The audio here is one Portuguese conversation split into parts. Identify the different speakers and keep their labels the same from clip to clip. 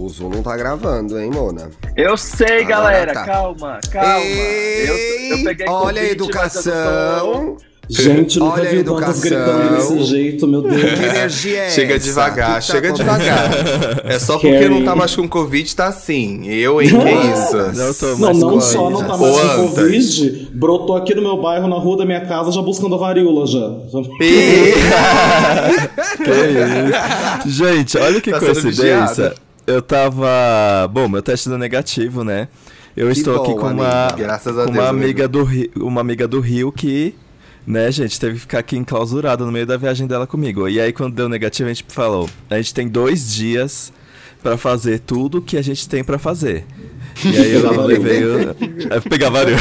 Speaker 1: O Zoom não tá gravando, hein, Mona?
Speaker 2: Eu sei, galera.
Speaker 1: Tá.
Speaker 2: Calma.
Speaker 1: Eu
Speaker 2: peguei
Speaker 1: olha a
Speaker 2: Covid,
Speaker 1: educação.
Speaker 3: Gente, nunca
Speaker 1: Olha a
Speaker 3: vi tantas
Speaker 1: educação.
Speaker 3: gritando desse jeito, meu Deus.
Speaker 1: Que energia é
Speaker 4: Chega
Speaker 1: essa?
Speaker 4: devagar,
Speaker 1: Que tá
Speaker 4: chega
Speaker 1: acontecendo?
Speaker 4: devagar. É só porque
Speaker 3: Scary.
Speaker 4: não tá mais com Covid, tá assim. Eu, hein, que isso?
Speaker 5: Não tô
Speaker 3: Não,
Speaker 5: mais
Speaker 3: não
Speaker 5: com
Speaker 3: só
Speaker 5: a-
Speaker 3: não tá
Speaker 4: Ou
Speaker 3: mais com
Speaker 4: antes.
Speaker 3: Covid, brotou aqui no meu bairro, na rua da minha casa, já buscando a varíola já.
Speaker 5: Que isso? Gente, olha que
Speaker 4: Tá sendo
Speaker 5: coincidência.
Speaker 4: vigiado.
Speaker 5: Eu tava. Bom, meu teste deu negativo, né? Eu
Speaker 1: Que
Speaker 5: estou aqui
Speaker 1: bom,
Speaker 5: com
Speaker 1: amigo.
Speaker 4: Graças a
Speaker 5: com
Speaker 4: Deus,
Speaker 5: uma
Speaker 4: amigo.
Speaker 5: amiga do Rio que, né, gente, teve que ficar aqui enclausurada no meio da viagem dela comigo. E aí, quando deu negativo, a gente falou: a gente tem 2 dias pra fazer tudo que a gente tem pra fazer. E aí eu levei pegar varíola.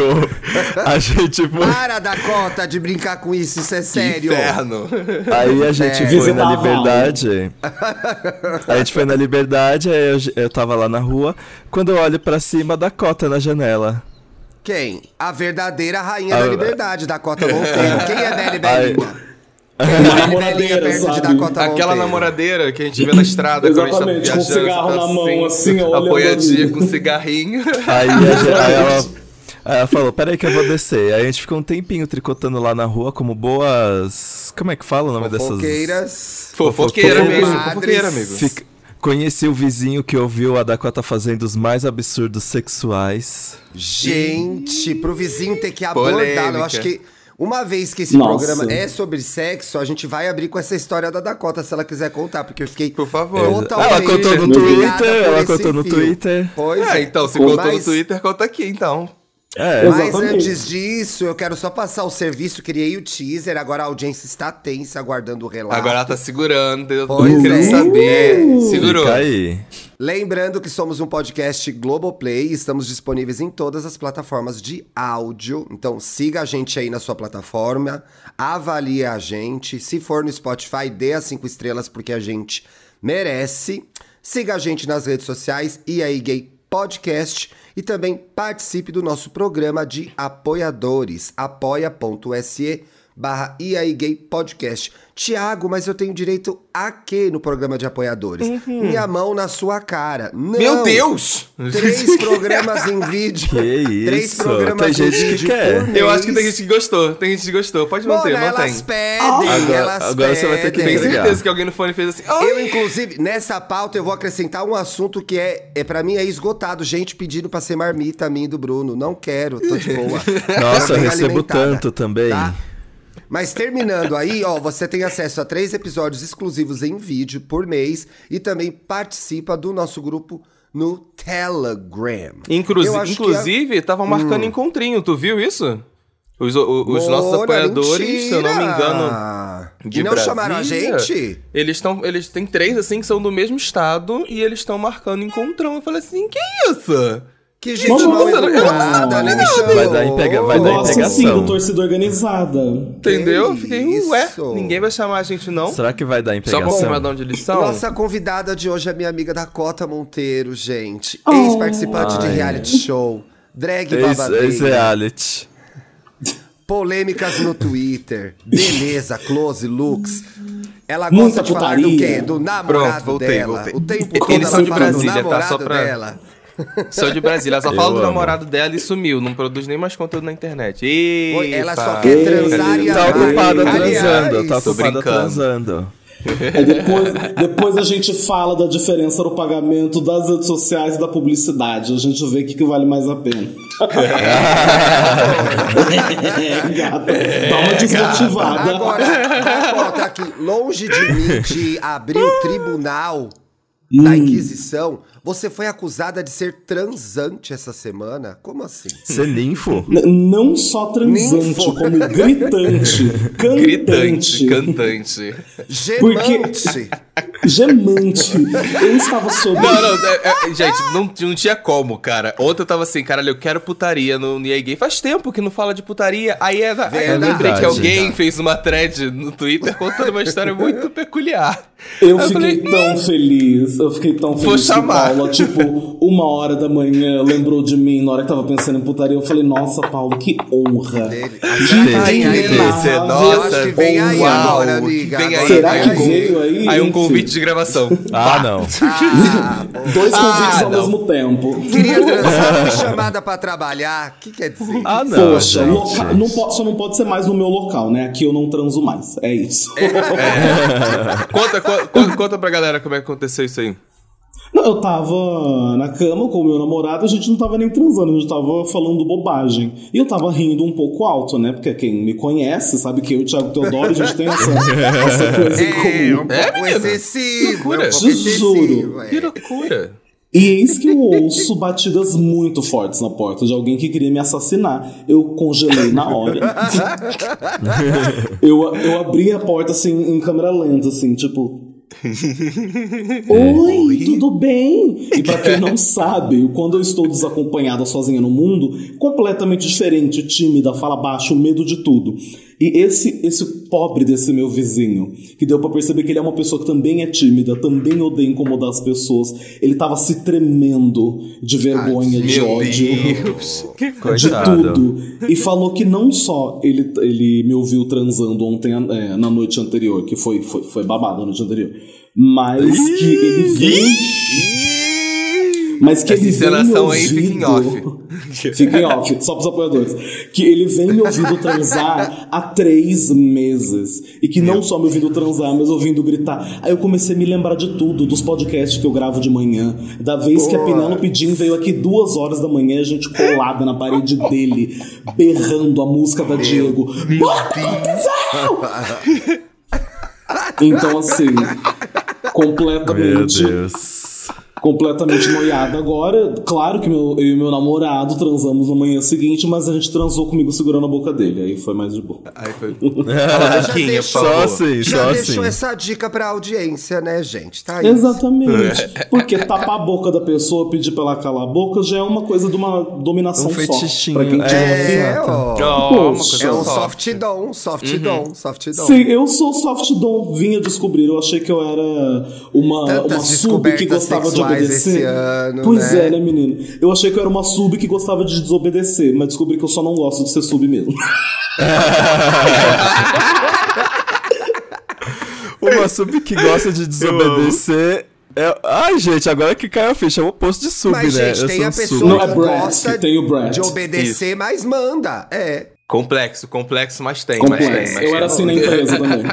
Speaker 5: A gente foi.
Speaker 1: Para, Dakota, de brincar com isso é
Speaker 4: Que
Speaker 1: sério.
Speaker 4: inferno.
Speaker 5: Aí a gente foi
Speaker 3: Visitar
Speaker 5: na
Speaker 3: a Val.
Speaker 5: Liberdade. A gente foi na Liberdade, aí eu tava lá na rua. Quando eu olho pra cima, Dakota na janela.
Speaker 1: Quem? A verdadeira rainha
Speaker 5: Ah,
Speaker 1: da liberdade, Dakota Monteiro. Quem é Beli Belinha? Quem
Speaker 3: Uma
Speaker 1: é
Speaker 3: namoradeira,
Speaker 1: perto de
Speaker 3: sabe?
Speaker 1: Dakota
Speaker 4: Aquela
Speaker 1: Monteiro?
Speaker 4: namoradeira que a gente vê na estrada quando a gente
Speaker 3: Exatamente,
Speaker 4: tá
Speaker 3: com
Speaker 4: viajando.
Speaker 3: cigarro
Speaker 4: tá
Speaker 3: na mão, assim, olhando
Speaker 4: apoiadinha
Speaker 3: ali.
Speaker 4: com cigarrinho.
Speaker 5: Aí ela falou, peraí que eu vou descer. Aí a gente ficou um tempinho tricotando lá na rua como boas... Como é que fala o nome dessas...
Speaker 1: Fofoqueiras.
Speaker 4: Fofoqueira mesmo,
Speaker 1: Comadres.
Speaker 4: fofoqueira, amigo.
Speaker 5: Conheci o vizinho que ouviu a Dakota fazendo os mais absurdos sexuais.
Speaker 1: Gente, pro vizinho ter que abordar,
Speaker 4: Polêmica.
Speaker 1: eu acho que uma vez que esse
Speaker 3: Nossa.
Speaker 1: programa é sobre sexo, a gente vai abrir com essa história da Dakota, se ela quiser contar, porque eu fiquei
Speaker 4: Por favor.
Speaker 1: totalmente
Speaker 5: Ela contou no
Speaker 1: intrigada
Speaker 5: Twitter,
Speaker 1: por
Speaker 5: ela
Speaker 1: esse
Speaker 5: contou no
Speaker 1: fio.
Speaker 5: Twitter.
Speaker 1: Pois
Speaker 4: Ah,
Speaker 1: é.
Speaker 4: então, se contou no
Speaker 1: Mas-
Speaker 4: Twitter, conta aqui, então.
Speaker 5: É,
Speaker 1: Mas
Speaker 3: Exatamente.
Speaker 1: antes disso, eu quero só passar o serviço, criei o teaser, agora a audiência está tensa, aguardando o relato.
Speaker 4: Agora ela tá segurando, eu tô
Speaker 1: Pois
Speaker 4: querendo
Speaker 1: é.
Speaker 4: saber. Segurou.
Speaker 5: fica aí.
Speaker 1: Lembrando que somos um podcast Globoplay e estamos disponíveis em todas as plataformas de áudio. Então siga a gente aí na sua plataforma, avalie a gente. Se for no Spotify, dê as 5 estrelas porque a gente merece. Siga a gente nas redes sociais e aí Gay Podcast. E também participe do nosso programa de apoiadores, apoia.se/IAI Gay Podcast. Tiago, mas eu tenho direito a quê no programa de apoiadores? Minha mão na sua cara. Não.
Speaker 4: Meu Deus!
Speaker 1: 3 programas em vídeo.
Speaker 5: Que
Speaker 1: 3
Speaker 5: isso?
Speaker 1: programas
Speaker 5: Tem gente
Speaker 1: em
Speaker 5: que
Speaker 1: vídeo
Speaker 5: quer.
Speaker 1: por
Speaker 4: Eu acho que
Speaker 1: mês.
Speaker 4: tem gente que gostou. Tem gente que gostou. Pode manter,
Speaker 1: Mona,
Speaker 4: mantém.
Speaker 1: elas pedem, elas
Speaker 5: Agora você vai ter que
Speaker 1: pedem.
Speaker 4: Tenho
Speaker 5: entregar.
Speaker 4: certeza que alguém no fone fez assim.
Speaker 1: Eu,
Speaker 4: "Ai".
Speaker 1: inclusive, nessa pauta, eu vou acrescentar um assunto que para mim é esgotado. Gente pedindo pra ser marmita, a mim e do Bruno. Não quero, tô de boa.
Speaker 5: Nossa,
Speaker 1: Tô
Speaker 5: eu
Speaker 1: bem
Speaker 5: recebo
Speaker 1: alimentada,
Speaker 5: tanto também.
Speaker 1: tá? Mas terminando aí, ó, você tem acesso a 3 episódios exclusivos em vídeo por mês e também participa do nosso grupo no Telegram. Eu acho que
Speaker 4: Inclusive, estavam marcando encontrinho, tu viu isso? Os nossos
Speaker 1: Mona,
Speaker 4: apoiadores, se eu não me engano,
Speaker 1: mentira!
Speaker 4: de
Speaker 1: E não
Speaker 4: Brasília,
Speaker 1: chamaram a gente?
Speaker 4: Eles têm 3 assim que são do mesmo estado e eles estão marcando encontrão. Eu falei assim, que isso?
Speaker 1: Que gente
Speaker 3: Mas
Speaker 1: mal
Speaker 3: eu não tô
Speaker 1: educada, nem me chamou.
Speaker 5: Vai dar
Speaker 3: Nossa, sim,
Speaker 5: pegação.
Speaker 3: do torcida organizada.
Speaker 4: Entendeu? Eu fiquei, ué,
Speaker 1: isso?
Speaker 4: ninguém vai chamar a gente não.
Speaker 5: Será que vai dar
Speaker 4: Só confirmar de
Speaker 5: pegação?
Speaker 4: onde eles são.
Speaker 1: Nossa convidada de hoje é minha amiga Dakota Monteiro, gente. Ex-participante de
Speaker 5: Ai.
Speaker 1: reality show, drag babadeira,
Speaker 5: Ex-reality.
Speaker 1: polêmicas no Twitter, beleza, close looks. Ela
Speaker 3: Muita
Speaker 1: gosta de falar do
Speaker 3: putaria.
Speaker 1: quê? Do namorado
Speaker 4: Pronto, voltei,
Speaker 1: dela.
Speaker 4: voltei.
Speaker 1: O tempo
Speaker 4: Eles
Speaker 1: todo
Speaker 4: são
Speaker 1: ela
Speaker 4: de
Speaker 1: fala do
Speaker 4: Brasília, tá?
Speaker 1: namorado
Speaker 4: Só pra-
Speaker 1: dela.
Speaker 4: Sou de Brasília, ela só
Speaker 5: Eu
Speaker 4: fala do
Speaker 5: amo.
Speaker 4: namorado dela e sumiu, não produz nem mais conteúdo na internet. Eita.
Speaker 1: Oi, ela só quer transar e
Speaker 5: Tá
Speaker 1: amar.
Speaker 5: ocupada
Speaker 1: Aliás,
Speaker 5: transando, tá
Speaker 4: tô
Speaker 5: ocupada
Speaker 4: brincando.
Speaker 5: transando.
Speaker 3: Aí depois a gente fala da diferença no pagamento das redes sociais e da publicidade. A gente vê o que vale mais a pena. Gata, dá uma desmotivada.
Speaker 1: Agora, Dakota, aqui, longe de mim de abrir o tribunal da Inquisição, você foi acusada de ser transante essa semana? Como assim?
Speaker 5: Ser ninfo?
Speaker 3: Não só transante,
Speaker 1: Ninfo.
Speaker 3: como gritante,
Speaker 4: Gritante,
Speaker 3: cantante,
Speaker 4: cantante.
Speaker 1: Gemante.
Speaker 3: gemante. Eu estava sob...
Speaker 4: Não, gente, não tinha como, cara. Ontem eu tava assim, caralho, eu quero putaria no EA Gay. Faz tempo que não fala de putaria. Aí eu lembrei que
Speaker 5: Verdade.
Speaker 4: alguém fez uma thread no Twitter contando uma história muito peculiar.
Speaker 3: Eu fiquei tão feliz. Eu fiquei tão feliz que Paula, tipo, 1h da manhã, lembrou de mim na hora que tava pensando em putaria. Eu falei, nossa, Paulo, que honra.
Speaker 1: Nossa, que vem aí agora, amiga.
Speaker 3: Será que veio aí?
Speaker 4: Aí um convite de gravação.
Speaker 5: Não.
Speaker 3: 2 convites ao mesmo tempo.
Speaker 1: Queria transar, fui chamada pra trabalhar. O que quer dizer?
Speaker 5: Não.
Speaker 3: Poxa, só não pode ser mais no meu local, né? Aqui eu não transo mais. É isso.
Speaker 4: Conta pra galera como é que aconteceu isso aí.
Speaker 3: Não, eu tava na cama com o meu namorado, a gente não tava nem transando, a gente tava falando bobagem. E eu tava rindo um pouco alto, né? Porque quem me conhece sabe que eu e o Thiago Teodoro, a gente tem essa coisa em comum.
Speaker 1: Um pouco excessivo.
Speaker 3: Te juro.
Speaker 4: Que loucura.
Speaker 3: E eis que eu ouço batidas muito fortes na porta de alguém que queria me assassinar. Eu congelei na hora. eu abri a porta assim, em câmera lenta, assim, tipo... Oi, tudo bem? E pra quem não sabe, quando eu estou desacompanhada sozinha no mundo, completamente diferente, tímida, fala baixo, medo de tudo. E esse pobre desse meu vizinho, que deu pra perceber que ele é uma pessoa que também é tímida, também odeia incomodar as pessoas, ele tava se tremendo de vergonha, de ódio, de tudo. E falou que não só ele me ouviu transando ontem, na noite anterior, que foi babado a noite anterior, mas que ele veio... Mas que
Speaker 4: essa
Speaker 3: ele vem me ouvido...
Speaker 4: aí fica em off.
Speaker 3: Fica em off, só pros apoiadores. Que ele vem me ouvindo transar há 3 meses. E que não só me ouvindo transar, mas ouvindo gritar. Aí eu comecei a me lembrar de tudo, dos podcasts que eu gravo de manhã. Da vez que a Penélope Jean veio aqui 2h da manhã, a gente colada na parede dele, berrando a música da Diego. Bota tesão! Então assim, completamente...
Speaker 5: Meu Deus.
Speaker 3: Completamente noiado agora. Claro que eu e meu namorado transamos na manhã seguinte, mas a gente transou comigo segurando a boca dele. Aí foi mais de boa.
Speaker 4: Aí foi...
Speaker 1: Já deixou essa dica pra audiência, né, gente? Tá aí.
Speaker 3: Exatamente. Porque tapar a boca da pessoa, pedir pra ela calar a boca, já é uma coisa de uma dominação soft. Pra quem tiver
Speaker 1: é um soft dom.
Speaker 3: Sim, eu sou soft dom. Vinha descobrir. Eu achei que eu era uma sub que gostava de obedecer.
Speaker 1: Esse ano,
Speaker 3: pois né, menino? Eu achei que eu era uma sub que gostava de desobedecer, mas descobri que eu só não gosto de ser sub mesmo.
Speaker 5: Uma sub que gosta de desobedecer. Ai, gente, agora que caiu a ficha, é o oposto de sub,
Speaker 1: mas,
Speaker 5: né?
Speaker 1: Gente, tem a pessoa que gosta
Speaker 3: de
Speaker 1: obedecer, mas manda.
Speaker 4: Complexo, mas tem.
Speaker 3: Eu era assim na empresa também.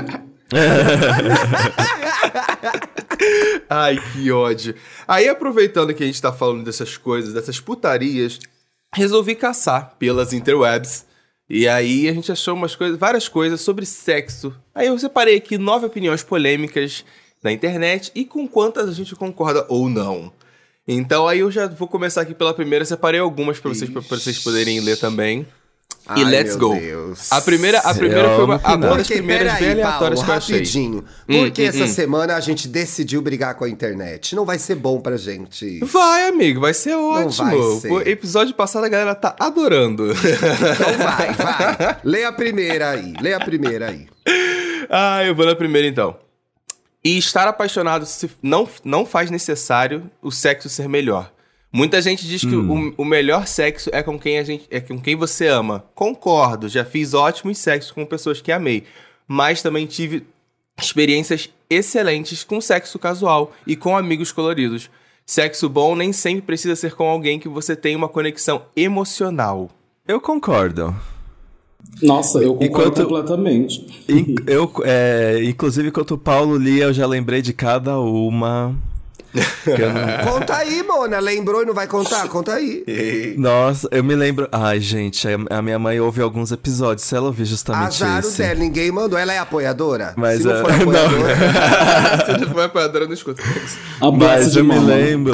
Speaker 4: Ai, que ódio. Aí, aproveitando que a gente tá falando dessas coisas, dessas putarias, resolvi caçar pelas interwebs. E aí a gente achou várias coisas sobre sexo. Aí eu separei aqui 9 opiniões polêmicas da internet e com quantas a gente concorda ou não. Então aí eu já vou começar aqui pela primeira. Separei algumas pra vocês poderem ler também. E let's go.
Speaker 1: Deus.
Speaker 4: A primeira foi uma das primeiras bem aleatórias que eu achei.
Speaker 1: Rapidinho. Porque essa semana a gente decidiu brigar com a internet. Não vai ser bom pra gente.
Speaker 4: Vai, amigo. Vai ser ótimo.
Speaker 1: Não vai ser.
Speaker 4: O episódio passado a galera tá adorando.
Speaker 1: Então vai. Lê a primeira aí.
Speaker 4: Eu vou na primeira então. E estar apaixonado não faz necessário o sexo ser melhor. Muita gente diz que o melhor sexo é com quem você ama. Concordo, já fiz ótimos sexos com pessoas que amei. Mas também tive experiências excelentes com sexo casual e com amigos coloridos. Sexo bom nem sempre precisa ser com alguém que você tem uma conexão emocional.
Speaker 5: Eu concordo.
Speaker 3: Nossa, eu concordo completamente.
Speaker 5: Inclusive, enquanto o Paulo lia, eu já lembrei de cada uma...
Speaker 1: Conta aí, Mona. Lembrou e não vai contar? Conta aí.
Speaker 5: Nossa, eu me lembro. Ai, gente, a minha mãe ouve alguns episódios. Se ela ouvir justamente
Speaker 1: azar
Speaker 5: esse.
Speaker 1: Dela, ninguém mandou. Ela é apoiadora?
Speaker 5: Mas
Speaker 1: se não for apoiadora...
Speaker 4: Se não for apoiadora, não escuta.
Speaker 5: Mas eu me lembro.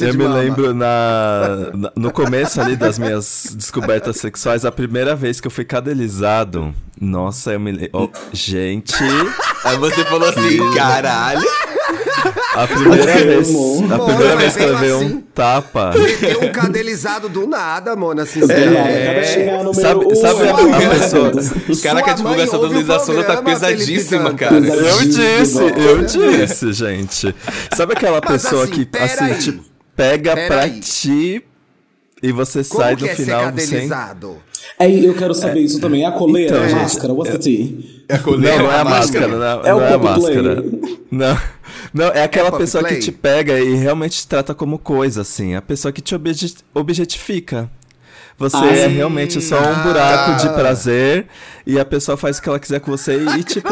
Speaker 5: No começo ali das minhas descobertas sexuais, a primeira vez que eu fui cadelizado. Nossa, eu me lembro. Gente.
Speaker 4: Aí você falou assim, caralho.
Speaker 5: A primeira vez que eu levei
Speaker 1: assim,
Speaker 5: um tapa.
Speaker 1: Meteu um cadelizado do nada, Mona, assim.
Speaker 5: Sabe a pessoa...
Speaker 4: Caraca, a divulgação da Luísa Sonza tá pesadíssima, cara.
Speaker 5: Eu disse, gente. Sabe aquela pessoa
Speaker 1: assim,
Speaker 5: que, assim, te pega pra ti e você sai do final sem...
Speaker 3: Eu quero saber isso também. É a coleira,
Speaker 5: Então,
Speaker 3: a máscara, what's the tea?
Speaker 4: É a coleira,
Speaker 5: não é a máscara,
Speaker 3: É o
Speaker 5: não é a
Speaker 3: Coldplay.
Speaker 5: máscara. Não, é aquela pessoa que
Speaker 1: Coldplay?
Speaker 5: te pega e realmente te trata como coisa, assim. A pessoa que te objetifica. Você é realmente só um buraco de prazer e a pessoa faz o que ela quiser com você e tipo...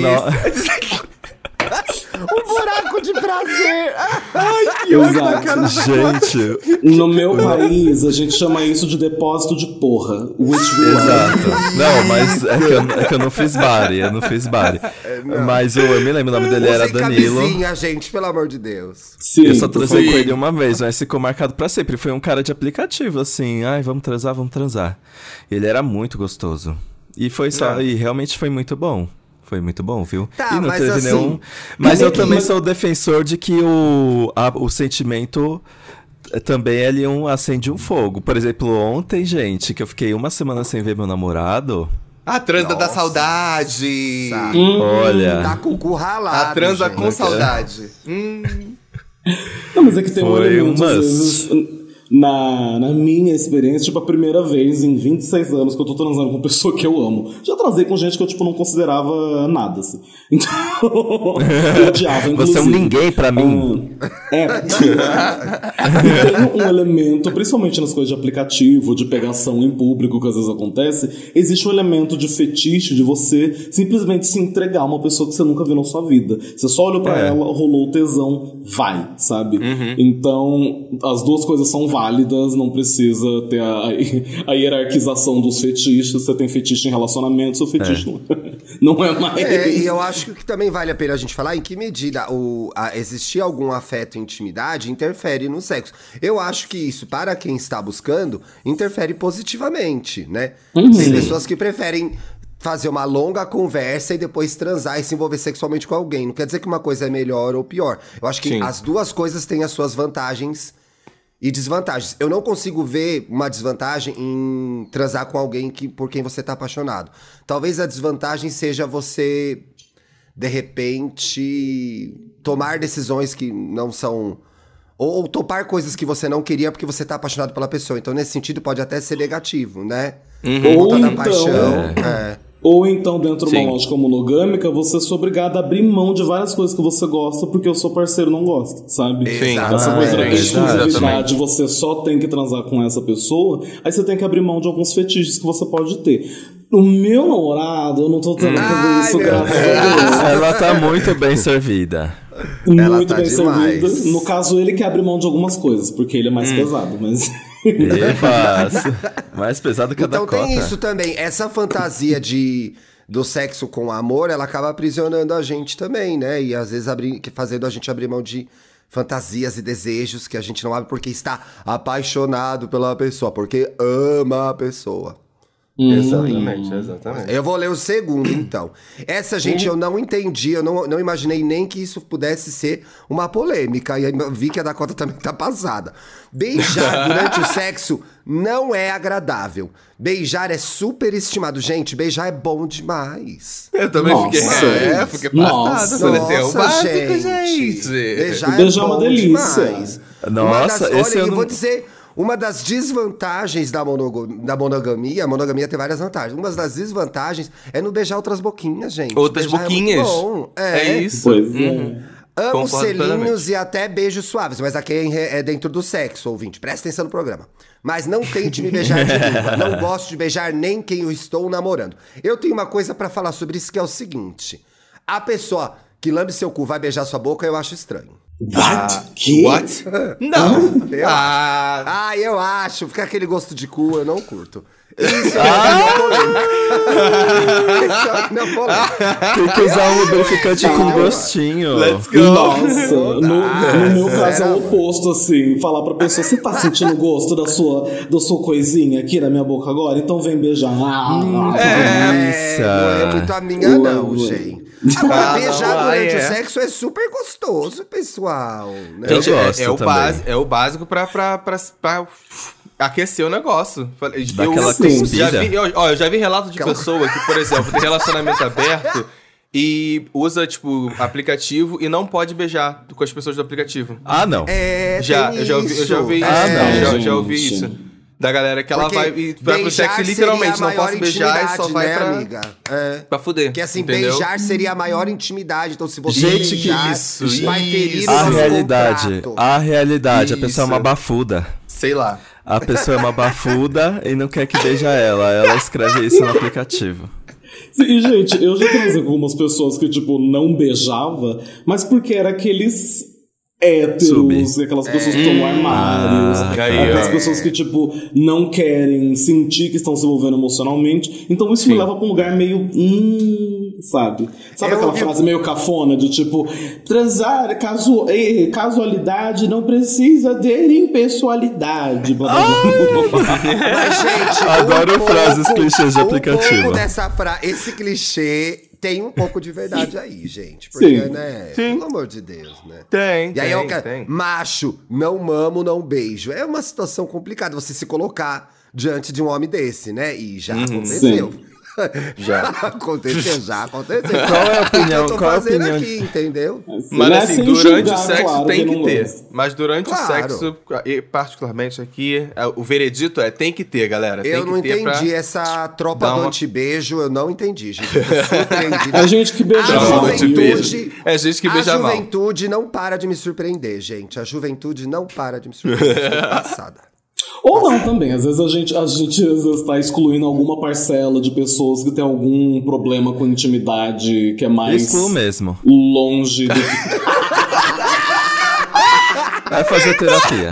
Speaker 1: Um buraco de prazer!
Speaker 3: Exato.
Speaker 5: Gente...
Speaker 3: No meu país, a gente chama isso de depósito de porra. Which we
Speaker 5: Exato. Não, mas é que eu não fiz bari, Mas eu me lembro, o nome dele era Danilo.
Speaker 1: Camisinha, gente, pelo amor de Deus.
Speaker 3: Sim,
Speaker 5: Eu só transei com ele uma vez, mas ficou marcado pra sempre. Foi um cara de aplicativo, assim, ai, vamos transar. Ele era muito gostoso. E foi só, e realmente foi muito bom. Foi muito bom, viu?
Speaker 1: Tá,
Speaker 5: e não
Speaker 1: mas
Speaker 5: teve
Speaker 1: assim,
Speaker 5: nenhum. Mas eu também sou defensor de que o sentimento também ele acende um fogo. Por exemplo, ontem, gente, que eu fiquei uma semana sem ver meu namorado.
Speaker 4: A transa da saudade.
Speaker 5: Olha.
Speaker 1: Tá com o cu ralado.
Speaker 4: A transa
Speaker 1: gente.
Speaker 4: com saudade.
Speaker 3: Não, mas é que tem um
Speaker 5: Foi
Speaker 3: elemento,
Speaker 5: um
Speaker 3: às
Speaker 5: must.
Speaker 3: vezes, na minha experiência, tipo, a primeira vez em 26 anos que eu tô transando com uma pessoa que eu amo. Já transei com gente que eu, tipo, não considerava nada, assim. Então, eu odiava, inclusive.
Speaker 5: Você é um ninguém pra mim.
Speaker 3: E tem um elemento, principalmente nas coisas de aplicativo, de pegação em público, que às vezes acontece, existe um elemento de fetiche de você simplesmente se entregar a uma pessoa que você nunca viu na sua vida. Você só olhou pra ela, rolou o tesão, vai, sabe? Então, as duas coisas são válidas, não precisa ter a hierarquização dos fetiches. Você tem fetiche em relacionamento, seu fetiche não é mais.
Speaker 1: E eu acho que também vale a pena a gente falar em que medida existir algum afeto e intimidade interfere no sexo. Eu acho que isso, para quem está buscando, interfere positivamente, né? Tem pessoas que preferem fazer uma longa conversa e depois transar e se envolver sexualmente com alguém. Não quer dizer que uma coisa é melhor ou pior. Eu acho que as duas coisas têm as suas vantagens e desvantagens. Eu não consigo ver uma desvantagem em transar com alguém por quem você tá apaixonado. Talvez a desvantagem seja você, de repente, tomar decisões que não são... Ou topar coisas que você não queria porque você tá apaixonado pela pessoa. Então, nesse sentido, pode até ser negativo, né? Por conta da paixão.
Speaker 3: Ou então, dentro de uma lógica monogâmica, você é obrigado a abrir mão de várias coisas que você gosta porque o seu parceiro não gosta, sabe?
Speaker 4: Sim,
Speaker 3: essa coisa da exclusividade, você só tem que transar com essa pessoa, aí você tem que abrir mão de alguns fetiches que você pode ter. O meu namorado, eu não tô tendo que fazer isso, graças a Deus.
Speaker 5: Ela tá muito bem servida.
Speaker 3: Muito
Speaker 1: tá
Speaker 3: bem
Speaker 1: demais.
Speaker 3: servida. No caso, ele que abre mão de algumas coisas, porque ele é mais pesado, mas...
Speaker 5: Mais pesado que a
Speaker 1: Então
Speaker 5: Dakota.
Speaker 1: tem isso também. Essa fantasia do sexo com amor, ela acaba aprisionando a gente também, né? E às vezes fazendo a gente abrir mão de fantasias e desejos que a gente não abre porque está apaixonado pela pessoa, porque ama a pessoa.
Speaker 4: Exatamente.
Speaker 1: Eu vou ler o segundo, então. Essa, gente, eu não entendi, eu não imaginei nem que isso pudesse ser uma polêmica. E eu vi que a Dakota também tá passada. Beijar durante o sexo não é agradável. Beijar é super estimado. Gente, beijar é bom demais.
Speaker 4: Eu também fiquei passado. Falei assim, é o básico,
Speaker 1: gente.
Speaker 4: Beijar
Speaker 3: é uma delícia.
Speaker 1: Demais.
Speaker 5: Nossa, esse eu
Speaker 1: eu
Speaker 5: não...
Speaker 1: vou dizer... Uma das desvantagens da monogamia, a monogamia tem várias vantagens. Uma das desvantagens é no beijar outras boquinhas, gente.
Speaker 4: Outras
Speaker 1: beijar
Speaker 4: boquinhas.
Speaker 1: É, muito bom.
Speaker 4: É isso.
Speaker 3: Pois é.
Speaker 1: Amo
Speaker 4: Concordo
Speaker 1: selinhos
Speaker 4: plenamente.
Speaker 1: e até beijos suaves, mas aqui é dentro do sexo, ouvinte. Presta atenção no programa. Mas não tente me beijar de língua. Não gosto de beijar nem quem eu estou namorando. Eu tenho uma coisa pra falar sobre isso que é o seguinte. A pessoa que lambe seu cu vai beijar sua boca, eu acho estranho.
Speaker 4: What? Não.
Speaker 1: Eu acho. Fica aquele gosto de cu, eu não curto. Isso é polêmica. Isso é polêmica.
Speaker 5: Tem que usar um lubrificante com gostinho.
Speaker 4: Let's go.
Speaker 3: Nossa, no meu caso é o oposto, assim. Falar pra pessoa, você tá sentindo o gosto da sua coisinha aqui na minha boca agora? Então vem beijar.
Speaker 1: Não é muito a minha, não, gente. Agora, beijar durante o sexo é super gostoso, pessoal. Né?
Speaker 4: Gente,
Speaker 5: Eu gosto
Speaker 4: é o básico pra aquecer o negócio.
Speaker 5: Daquela
Speaker 4: Eu já vi relato de pessoa que, por exemplo, tem relacionamento aberto e usa, tipo, aplicativo e não pode beijar com as pessoas do aplicativo.
Speaker 5: Ah, não.
Speaker 1: É,
Speaker 4: Eu já ouvi isso. Já ouvi isso. Da galera que ela vai pro sexo e literalmente não posso beijar e só vai pra...
Speaker 1: amiga?
Speaker 4: Pra fuder.
Speaker 1: Porque assim,
Speaker 4: entendeu?
Speaker 1: beijar seria a maior intimidade. Então, se você
Speaker 5: Gente,
Speaker 1: beijar,
Speaker 4: isso,
Speaker 1: vai ferir o
Speaker 5: A
Speaker 1: nosso
Speaker 5: realidade,
Speaker 1: contrato.
Speaker 5: a realidade. A pessoa é uma
Speaker 4: Isso.
Speaker 5: bafuda.
Speaker 4: Sei lá.
Speaker 5: A pessoa é uma bafuda e não quer que beija ela. Ela escreve isso no aplicativo.
Speaker 3: E, gente, eu já transei com algumas pessoas que, tipo, não beijava, mas porque era aqueles héteros, aquelas pessoas que estão no armário, aquelas pessoas que, tipo, não querem sentir que estão se envolvendo emocionalmente. Então isso me leva pra um lugar meio... sabe? Sabe aquela frase meio cafona de, tipo, transar, casualidade não precisa ter impessoalidade.
Speaker 1: Mas, gente,
Speaker 5: Adoro frases clichês de aplicativo.
Speaker 1: pouco dessa esse clichê tem um pouco de verdade aí, gente. Porque, né? Pelo amor de Deus, né?
Speaker 4: Tem,
Speaker 1: E aí
Speaker 4: tem.
Speaker 1: macho, não mamo, não beijo. É uma situação complicada você se colocar diante de um homem desse, né? E já aconteceu. Já aconteceu.
Speaker 5: Qual é a opinião?
Speaker 1: Eu tô
Speaker 5: Qual é a
Speaker 1: fazendo
Speaker 5: opinião?
Speaker 1: aqui, entendeu?
Speaker 4: Mas assim, durante o sexo
Speaker 3: claro,
Speaker 4: tem que
Speaker 3: não
Speaker 4: ter.
Speaker 3: gosto.
Speaker 4: Mas durante o
Speaker 1: Claro.
Speaker 4: sexo, e particularmente aqui, o veredito é tem que ter, galera. Tem
Speaker 1: Eu
Speaker 4: que
Speaker 1: não
Speaker 4: ter
Speaker 1: entendi essa tropa
Speaker 4: dar
Speaker 1: do
Speaker 4: uma-
Speaker 1: antibeijo, eu não entendi, gente. Eu tô surpreendido.
Speaker 3: A gente que beija
Speaker 1: A
Speaker 3: mal.
Speaker 1: juventude,
Speaker 4: É gente que beija
Speaker 1: a
Speaker 4: mal.
Speaker 1: juventude não para de me surpreender, gente. A juventude não para de me surpreender. Estou passada.
Speaker 3: Ou não também, às vezes a gente às vezes tá excluindo alguma parcela de pessoas que tem algum problema com intimidade que é mais
Speaker 5: Excluo mesmo.
Speaker 3: longe do que...
Speaker 5: Vai fazer terapia.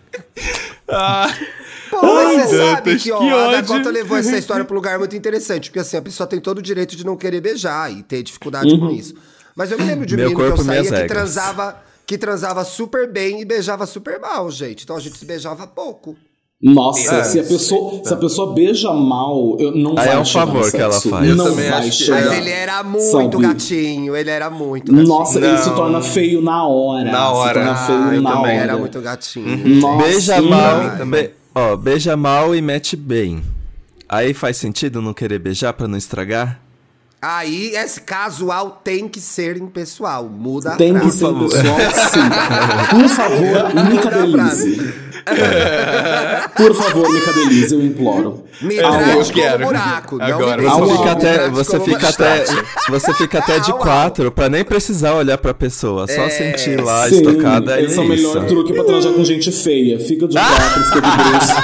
Speaker 1: Pô, mas você sabe
Speaker 4: Dantas,
Speaker 1: que, ó,
Speaker 4: que
Speaker 1: a
Speaker 4: ódio.
Speaker 1: Dakota levou essa história pra um lugar muito interessante. Porque assim, a pessoa tem todo o direito de não querer beijar e ter dificuldade com isso. Mas eu me lembro de um
Speaker 5: Meu
Speaker 1: menino que eu
Speaker 5: corpo,
Speaker 1: saía
Speaker 5: minhas
Speaker 1: que
Speaker 5: regras.
Speaker 1: transava super bem e beijava super mal, gente. Então a gente se beijava pouco.
Speaker 3: Nossa, se a pessoa beija mal, não
Speaker 5: Aí
Speaker 3: vai
Speaker 5: é um
Speaker 3: chegar
Speaker 5: favor
Speaker 3: no
Speaker 5: que ela
Speaker 3: sexo.
Speaker 5: faz. Eu
Speaker 3: Não
Speaker 4: também
Speaker 3: vai
Speaker 4: acho que-
Speaker 3: chegar.
Speaker 1: Mas ele era muito
Speaker 3: sabe?
Speaker 1: gatinho, ele era muito gatinho.
Speaker 3: Nossa, ele se torna feio na hora.
Speaker 4: Na hora.
Speaker 3: Se torna feio
Speaker 1: eu
Speaker 3: na
Speaker 1: também
Speaker 3: hora.
Speaker 1: era muito gatinho.
Speaker 3: Nossa,
Speaker 5: Beija
Speaker 3: não.
Speaker 5: mal,
Speaker 4: também.
Speaker 5: beija mal e mete bem. Aí faz sentido não querer beijar pra não estragar?
Speaker 1: Aí, esse casual tem que ser impessoal. Muda a
Speaker 3: Tem que
Speaker 1: frase.
Speaker 3: ser pessoal, sim. Por favor, me cadelize. Por favor, me cadelize, eu imploro.
Speaker 1: Me
Speaker 4: eu
Speaker 1: trate
Speaker 4: quero.
Speaker 1: como buraco. Não
Speaker 4: Agora,
Speaker 1: me
Speaker 5: Você
Speaker 1: beije,
Speaker 5: fica
Speaker 1: me
Speaker 5: até,
Speaker 1: trate
Speaker 5: você
Speaker 1: como
Speaker 5: fica até, você fica até de
Speaker 1: Au, au.
Speaker 5: 4 pra nem precisar olhar pra pessoa. Só sentir lá,
Speaker 3: Sim,
Speaker 5: estocada,
Speaker 3: esse é o melhor
Speaker 5: isso.
Speaker 3: truque pra transar com gente feia. Fica de quatro, fica de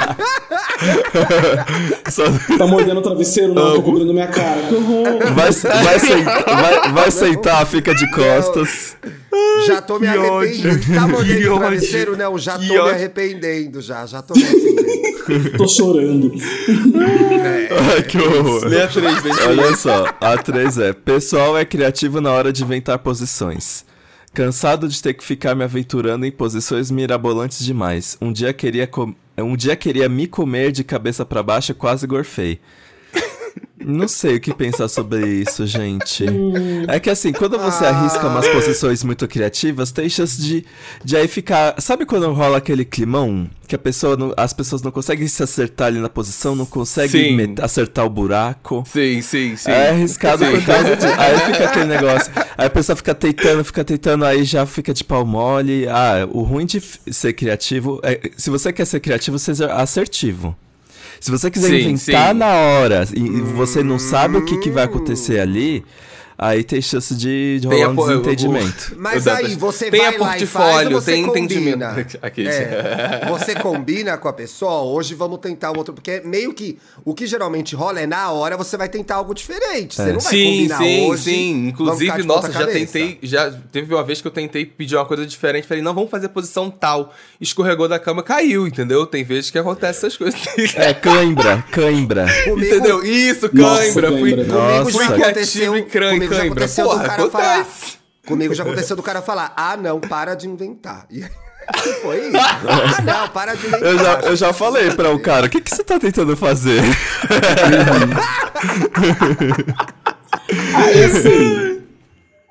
Speaker 3: bruxo.
Speaker 5: Só-
Speaker 3: Tá mordendo o travesseiro? Não, tô cobrindo minha cara. Que horror.
Speaker 5: vai sentar, fica de costas.
Speaker 1: Já tô me arrependendo. Tá mordendo o
Speaker 4: ódio.
Speaker 1: travesseiro? Não, já
Speaker 4: Que
Speaker 1: tô me
Speaker 4: ódio.
Speaker 1: arrependendo. Já tô me arrependendo.
Speaker 3: Tô chorando.
Speaker 5: Ai, que horror.
Speaker 4: Lê a 3, vem
Speaker 5: Olha só, a 3 é: pessoal é criativo na hora de inventar posições. Cansado de ter que ficar me aventurando em posições mirabolantes demais. Um dia queria me comer de cabeça pra baixo e quase gorfei. Não sei o que pensar sobre isso, gente. É que assim, quando você arrisca umas posições muito criativas, tem chance de aí ficar... Sabe quando rola aquele climão? Que as pessoas não conseguem se acertar ali na posição, não conseguem
Speaker 4: Sim.
Speaker 5: acertar o buraco.
Speaker 4: Sim.
Speaker 5: É arriscado por causa disso. Aí fica aquele negócio. Aí a pessoa fica tentando, aí já fica de pau mole. O ruim de ser criativo é... Se você quer ser criativo, seja assertivo. Se você quiser inventar na hora e você não sabe o que vai acontecer ali, aí tem chance de rolar um desentendimento.
Speaker 1: Mas aí, você
Speaker 4: tem
Speaker 1: vai
Speaker 4: a
Speaker 1: lá e faz ou
Speaker 4: portfólio,
Speaker 1: você
Speaker 4: tem
Speaker 1: combina?
Speaker 4: entendimento. Aqui.
Speaker 1: Você combina com a pessoa, hoje vamos tentar o outro, porque meio que o que geralmente rola é na hora você vai tentar algo diferente. Você não vai combinar hoje.
Speaker 4: Sim.
Speaker 1: vamos ficar
Speaker 4: Inclusive,
Speaker 1: de
Speaker 4: nossa,
Speaker 1: ponta
Speaker 4: já
Speaker 1: cabeça.
Speaker 4: tentei, já teve uma vez que eu tentei pedir uma coisa diferente, falei, não, vamos fazer posição tal. Escorregou da cama, caiu, entendeu? Tem vezes que acontece essas coisas.
Speaker 5: Cãibra.
Speaker 1: Comigo-
Speaker 4: Entendeu? Isso,
Speaker 3: Nossa,
Speaker 4: cãibra.
Speaker 3: cãibra.
Speaker 1: Comigo
Speaker 5: Nossa.
Speaker 1: já
Speaker 4: Fui
Speaker 1: aconteceu,
Speaker 4: criativo e
Speaker 1: comigo já
Speaker 4: cãibra.
Speaker 1: aconteceu do
Speaker 4: Porra,
Speaker 1: cara falar.
Speaker 4: acontece.
Speaker 1: Comigo já aconteceu do cara falar: ah, não, para de inventar. E aí, foi isso. Ah, não, para de inventar.
Speaker 5: Eu já falei pra o cara, o que você tá tentando fazer?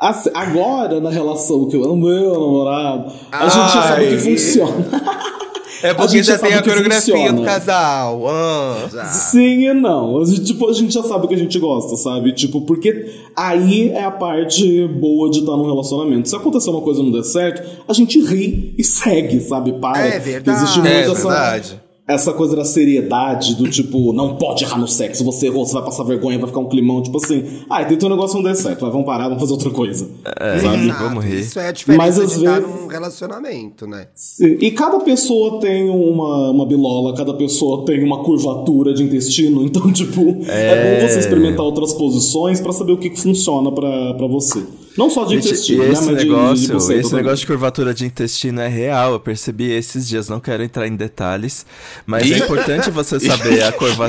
Speaker 3: Agora, na relação que eu amo meu namorado, a gente já sabe que funciona.
Speaker 4: É porque já tem a coreografia do casal.
Speaker 3: Sim e não. A gente já sabe o que a gente gosta, sabe? Tipo, porque aí é a parte boa de estar num relacionamento. Se acontecer uma coisa e não der certo, a gente ri e segue, sabe? Para.
Speaker 1: É verdade.
Speaker 3: Existe muito
Speaker 4: verdade.
Speaker 3: essa coisa da seriedade, do tipo, não pode errar no sexo, você errou, você vai passar vergonha, vai ficar um climão, tipo assim, tentou um negócio não der certo, vamos parar, vamos fazer outra coisa.
Speaker 1: Sabe?
Speaker 5: Vamos rir.
Speaker 1: Isso é a diferença
Speaker 3: Mas, às
Speaker 1: de estar
Speaker 3: vezes-
Speaker 1: num relacionamento, né?
Speaker 3: Sim. E cada pessoa tem uma bilola, cada pessoa tem uma curvatura de intestino, então, tipo, é bom você experimentar outras posições pra saber o que funciona pra você. Não só de
Speaker 5: Gente,
Speaker 3: intestino,
Speaker 5: e
Speaker 3: né?
Speaker 5: esse
Speaker 3: Mas
Speaker 5: negócio,
Speaker 3: buceta
Speaker 5: esse
Speaker 3: também.
Speaker 5: negócio de curvatura de intestino é real. Eu percebi esses dias, não quero entrar em detalhes, mas é importante você saber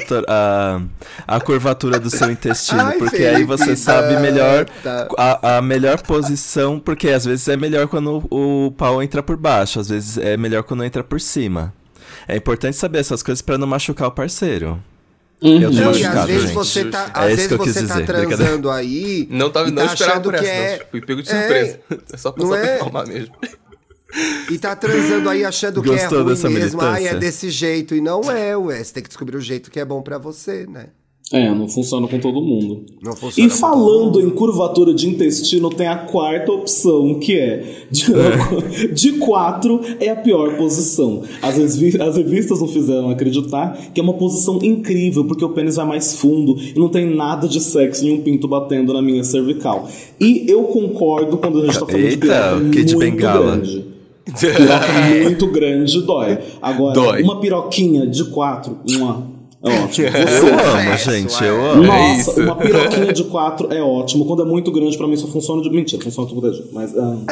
Speaker 5: a curvatura do seu intestino,
Speaker 1: Ai,
Speaker 5: porque
Speaker 1: Felipe,
Speaker 5: aí você sabe melhor
Speaker 1: tá.
Speaker 5: a melhor posição, porque às vezes é melhor quando o pau entra por baixo, às vezes é melhor quando entra por cima. É importante saber essas coisas pra não machucar o parceiro. Eu tô
Speaker 1: Não, e
Speaker 5: machucado,
Speaker 1: às vezes
Speaker 5: gente.
Speaker 1: você tá,
Speaker 5: É
Speaker 1: às
Speaker 5: isso
Speaker 1: vezes
Speaker 5: que eu quis
Speaker 1: você tá
Speaker 5: dizer,
Speaker 1: transando aí.
Speaker 4: Não,
Speaker 1: e tá
Speaker 4: esperava
Speaker 1: achando
Speaker 4: por
Speaker 1: que
Speaker 4: essa, não. Fui pego de surpresa. É só pra
Speaker 1: Não é?
Speaker 4: informar mesmo.
Speaker 1: E tá transando aí achando que é
Speaker 5: Gostou
Speaker 1: ruim
Speaker 5: dessa
Speaker 1: mesmo. Ai, é
Speaker 5: militância?
Speaker 1: desse jeito. E não é, ué. Você tem que descobrir o jeito que é bom pra você, né?
Speaker 3: Não funciona com todo mundo.
Speaker 1: Não funciona
Speaker 3: E
Speaker 1: com
Speaker 3: falando
Speaker 1: todo
Speaker 3: em
Speaker 1: mundo.
Speaker 3: curvatura de intestino, tem a quarta opção, que é de 4 é a pior posição. As revistas não fizeram acreditar que é uma posição incrível, porque o pênis vai mais fundo e não tem nada de sexo em um pinto batendo na minha cervical. E eu concordo quando a gente tá falando de
Speaker 5: Eita,
Speaker 3: piroca
Speaker 5: o Kid
Speaker 3: muito
Speaker 5: Bengala.
Speaker 3: grande. Piroca muito grande dói. Agora,
Speaker 4: Dói.
Speaker 3: uma piroquinha de 4, é ótimo.
Speaker 5: Eu amo,
Speaker 1: Sexo,
Speaker 5: gente,
Speaker 1: é.
Speaker 5: eu amo.
Speaker 3: Nossa,
Speaker 4: isso.
Speaker 3: uma piroquinha de 4 é ótimo. Quando é muito grande, pra mim só funciona de... Mentira, funciona tudo de jeito, mas...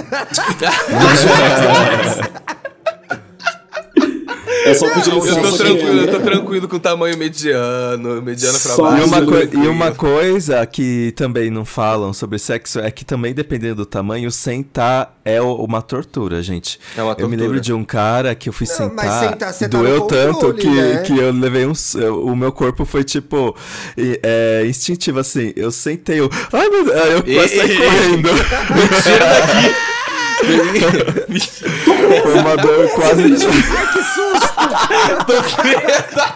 Speaker 3: É só pedir licença
Speaker 4: Eu tô
Speaker 3: aqui.
Speaker 4: tranquilo com o tamanho mediano pra
Speaker 3: Só-
Speaker 4: baixo.
Speaker 5: E uma coisa que também não falam sobre sexo é que também, dependendo do tamanho, sentar é uma tortura, gente.
Speaker 4: É uma
Speaker 5: Eu me
Speaker 4: tortura.
Speaker 5: lembro de um cara que eu fui
Speaker 1: Não, mas
Speaker 5: sentar,
Speaker 1: sentar, você tá
Speaker 5: doeu
Speaker 1: no
Speaker 5: tanto
Speaker 1: controle, né?
Speaker 5: que eu levei o meu corpo foi tipo instintivo assim. Eu sentei, ai meu Deus, aí eu quase saí correndo.
Speaker 4: Tira daqui!
Speaker 5: Foi uma dor quase.
Speaker 1: Ai, que susto!
Speaker 4: Tô presa!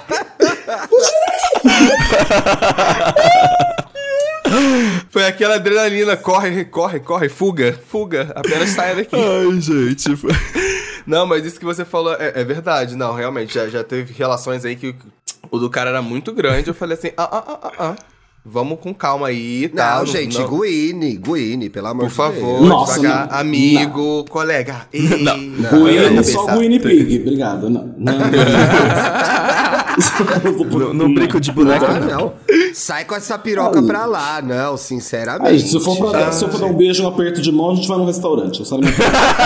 Speaker 4: Foi aquela adrenalina, corre, fuga, apenas saia daqui.
Speaker 5: Ai, gente.
Speaker 4: Não, mas isso que você falou é verdade, não, realmente, já teve relações aí que o do cara era muito grande, eu falei assim, vamos com calma aí, tá?
Speaker 1: Não, gente, Guine, pelo amor
Speaker 4: Por
Speaker 1: de
Speaker 4: favor,
Speaker 1: Deus.
Speaker 3: Nossa,
Speaker 4: devagar,
Speaker 3: não.
Speaker 4: amigo, colega. Ei,
Speaker 3: Guine, só Guine Pig. Obrigado. Não.
Speaker 5: No brinco de boneca,
Speaker 1: Ah,
Speaker 5: não.
Speaker 1: não. Sai com essa piroca pra lá, não, sinceramente.
Speaker 3: Aí, se eu for dar um beijo e um aperto de mão, a gente vai num restaurante. Eu só não...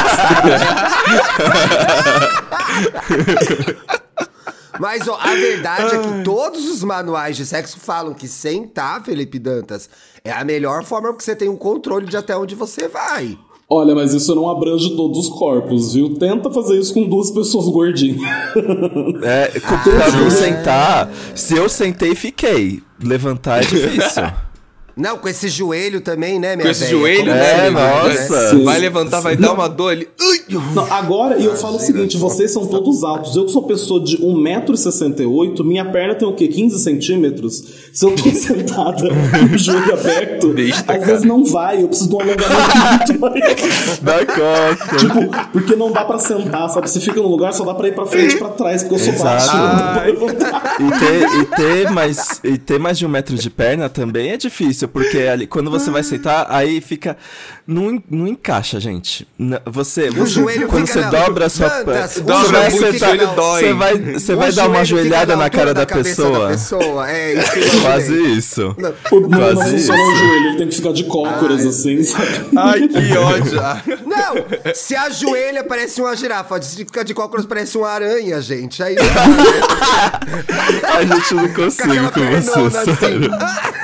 Speaker 1: Mas ó, a verdade é que todos os manuais de sexo falam que sentar, Felipe Dantas, é a melhor forma porque você tem um controle de até onde você vai.
Speaker 3: Olha, mas isso não abrange todos os corpos, viu? Tenta fazer isso com 2 pessoas gordinhas.
Speaker 5: Pra não sentar, se eu sentei, fiquei. Levantar é difícil.
Speaker 1: Não, com esse joelho também, né, minha
Speaker 4: Com esse
Speaker 1: velha?
Speaker 4: joelho,
Speaker 1: Como
Speaker 4: né?
Speaker 1: é,
Speaker 5: nossa.
Speaker 3: Sim.
Speaker 4: Vai levantar, vai dar uma dor ali.
Speaker 3: Não, agora, e eu falo o seguinte, vocês são todos altos. Eu que sou pessoa de 1,68 m, minha perna tem o quê? 15 centímetros? Se eu tô sentada com o joelho aberto,
Speaker 4: Besta,
Speaker 3: às vezes não vai, eu preciso de um alongamento muito maior.
Speaker 5: Da costa.
Speaker 3: Tipo, porque não dá pra sentar, sabe? Você fica num lugar, só dá pra ir pra frente e pra trás, porque eu sou baixo.
Speaker 5: Exato.
Speaker 3: Não dá pra levantar.
Speaker 5: E ter mais de 1 metro de perna também é difícil, porque ali, quando você vai sentar, aí fica. Não encaixa, gente.
Speaker 1: O joelho
Speaker 5: quando
Speaker 1: fica
Speaker 5: você dobra a sua
Speaker 1: Dantas,
Speaker 5: perna.
Speaker 1: o
Speaker 5: Você vai
Speaker 1: joelho
Speaker 5: sentar,
Speaker 1: fica-
Speaker 5: você vai
Speaker 1: O
Speaker 5: dar uma
Speaker 1: joelho fica
Speaker 5: ajoelhada na
Speaker 1: altura
Speaker 5: cara da
Speaker 1: cabeça
Speaker 5: pessoa.
Speaker 1: da pessoa. É isso que eu
Speaker 5: Quase
Speaker 1: imaginei.
Speaker 5: isso.
Speaker 3: Não
Speaker 5: Quase
Speaker 3: funciona
Speaker 5: isso.
Speaker 3: o joelho, ele tem que ficar de cócoras, assim, sabe?
Speaker 4: Ai, que ódio.
Speaker 1: Não, se ajoelha parece uma girafa, se fica de cócoras parece uma aranha, gente. Aí não dá, né?
Speaker 5: A gente não
Speaker 1: Com
Speaker 5: consigo
Speaker 1: aquela
Speaker 5: com
Speaker 1: pernona
Speaker 5: você,
Speaker 1: assim.
Speaker 5: sério.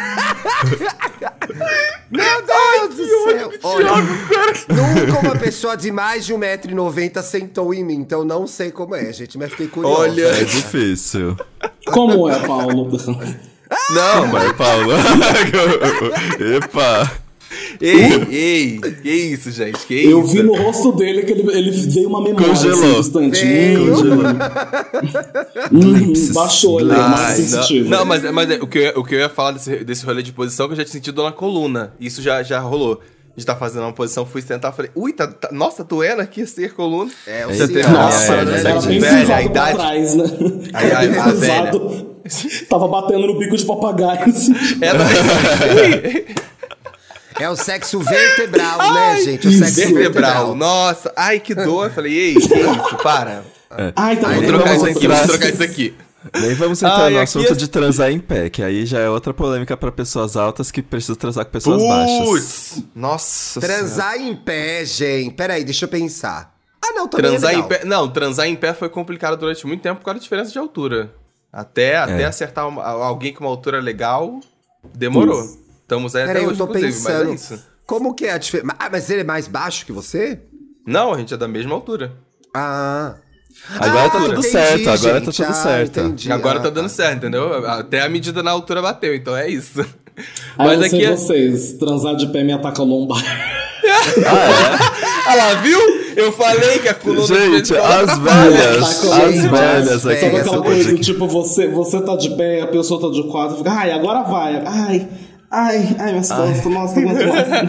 Speaker 1: Meu Deus do céu! Olha, nunca uma pessoa de mais de 1,90 m sentou em mim, então não sei como é, gente, mas fiquei curioso.
Speaker 4: Olha.
Speaker 5: É difícil.
Speaker 3: Como é, Paulo?
Speaker 4: Não,
Speaker 5: Vai, Paulo. Epa.
Speaker 4: Ei, que isso, gente? Que isso?
Speaker 3: Eu vi no rosto dele que ele veio uma memória
Speaker 5: Congelou.
Speaker 3: distante. Baixou ele, mais sensitivo.
Speaker 4: Não, mas o que eu ia falar desse rolê de posição, que eu já tinha sentido na coluna. Isso já rolou. A gente tá fazendo uma posição, fui sentar, falei, ui, nossa, tá doendo aqui a coluna.
Speaker 1: Você
Speaker 4: teve
Speaker 3: Nossa,
Speaker 4: uma
Speaker 3: era
Speaker 4: sexo
Speaker 3: bem
Speaker 4: velha, a
Speaker 3: cruzado pra
Speaker 4: idade.
Speaker 3: trás, né?
Speaker 4: A velha.
Speaker 3: Tava batendo no bico de papagaio. Assim.
Speaker 1: É o sexo vertebral, né, gente? O sexo
Speaker 4: Vertebral. Nossa, ai, que dor. Eu falei, ei, que isso, para.
Speaker 3: Ai, tá
Speaker 4: Vamos
Speaker 3: bem.
Speaker 4: trocar
Speaker 5: vamos
Speaker 4: isso aqui,
Speaker 5: entrar-
Speaker 4: vamos trocar isso aqui.
Speaker 5: Nem vamos entrar no
Speaker 4: aqui
Speaker 5: assunto de transar em pé, que aí já é outra polêmica pra pessoas altas que precisam transar com pessoas baixas.
Speaker 4: Putz, nossa senhora.
Speaker 1: Transar em pé, gente. Peraí, deixa eu pensar. Ah, não, também
Speaker 4: Transar
Speaker 1: é
Speaker 4: em
Speaker 1: legal.
Speaker 4: pé. Não, transar em pé foi complicado durante muito tempo por causa da diferença de altura. Até acertar alguém com uma altura legal, demorou. Estamos aí
Speaker 1: Peraí,
Speaker 4: até
Speaker 1: eu
Speaker 4: hoje,
Speaker 1: tô
Speaker 4: inclusive,
Speaker 1: pensando.
Speaker 4: mas é isso.
Speaker 1: Como que é a diferença? Ah, mas ele é mais baixo que você?
Speaker 4: Não, a gente é da mesma altura.
Speaker 1: Ah.
Speaker 5: Agora tá tudo
Speaker 1: entendi,
Speaker 5: certo, agora
Speaker 1: gente.
Speaker 5: tá tudo certo.
Speaker 1: Entendi.
Speaker 4: Agora tá
Speaker 1: Ah,
Speaker 4: dando certo, entendeu? Até a medida na altura bateu, então é isso.
Speaker 3: Aí
Speaker 4: Mas
Speaker 3: eu
Speaker 4: aqui
Speaker 3: sei
Speaker 4: é...
Speaker 3: vocês, transar de pé me ataca lombar.
Speaker 4: Ah lá, viu? Eu falei que a coluna...
Speaker 5: Gente, as
Speaker 3: Tá
Speaker 5: velhas
Speaker 3: velhas
Speaker 5: aqui
Speaker 3: Sabe
Speaker 1: velhas,
Speaker 3: aquela
Speaker 1: eu
Speaker 3: coisa,
Speaker 1: vou
Speaker 3: tipo, você tá de pé, a pessoa tá de quatro, fica, ai, agora vai. Ai, minhas costas, nossa, não aguento mais.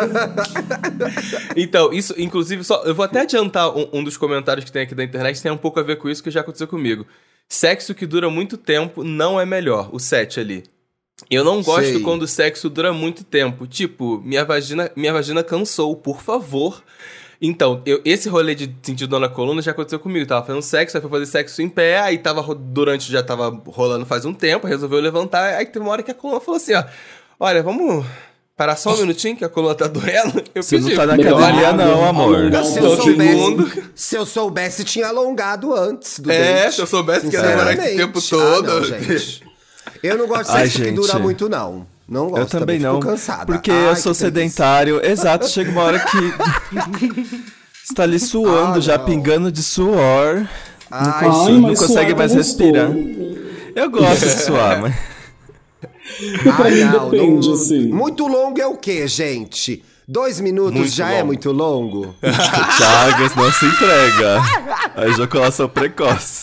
Speaker 4: Então, isso, inclusive, eu vou até adiantar um dos comentários que tem aqui da internet, tem um pouco a ver com isso que já aconteceu comigo. Sexo que dura muito tempo não é melhor, o 7 ali. Eu não gosto
Speaker 1: Sei.
Speaker 4: quando o sexo dura muito tempo. Tipo, minha vagina cansou, por favor. Então, esse rolê de sentir dor na coluna já aconteceu comigo. Tava fazendo sexo, aí foi fazer sexo em pé, aí já tava rolando faz um tempo, resolveu levantar, aí teve uma hora que a coluna falou assim, ó, olha, vamos parar só um minutinho que a coluna tá doendo. Eu
Speaker 5: Você não tá na
Speaker 3: Melhor
Speaker 5: academia
Speaker 3: água,
Speaker 5: não, amor.
Speaker 3: alongar
Speaker 1: Se
Speaker 3: um
Speaker 1: eu,
Speaker 3: pouquinho.
Speaker 1: se eu soubesse, tinha alongado antes do date.
Speaker 4: Se eu soubesse que ia demorar esse tempo
Speaker 1: Sinceramente.
Speaker 4: todo.
Speaker 1: Ah, não, gente. Eu não gosto de
Speaker 5: Ai,
Speaker 1: sexo que
Speaker 5: gente.
Speaker 1: dura muito, não. Não gosto.
Speaker 5: Eu também não,
Speaker 1: Fico cansada.
Speaker 5: porque
Speaker 1: Ai,
Speaker 5: eu
Speaker 1: que
Speaker 5: sou
Speaker 1: preguiça.
Speaker 5: sedentário. Exato, chega uma hora que você tá ali suando, já
Speaker 1: não.
Speaker 5: pingando de suor,
Speaker 1: Ai,
Speaker 3: Ai,
Speaker 1: gente.
Speaker 5: não
Speaker 3: mas
Speaker 5: consegue
Speaker 3: suar
Speaker 5: mais
Speaker 3: tá
Speaker 5: respirar.
Speaker 3: gostoso.
Speaker 5: Eu gosto de suar, mas...
Speaker 3: Pra mim
Speaker 1: não,
Speaker 3: depende,
Speaker 1: não-
Speaker 3: assim.
Speaker 1: Muito longo é o quê, gente? 2 minutos
Speaker 4: Muito
Speaker 1: já é
Speaker 4: longo.
Speaker 1: muito longo?
Speaker 5: Chagas não se entrega. A ejaculação precoce.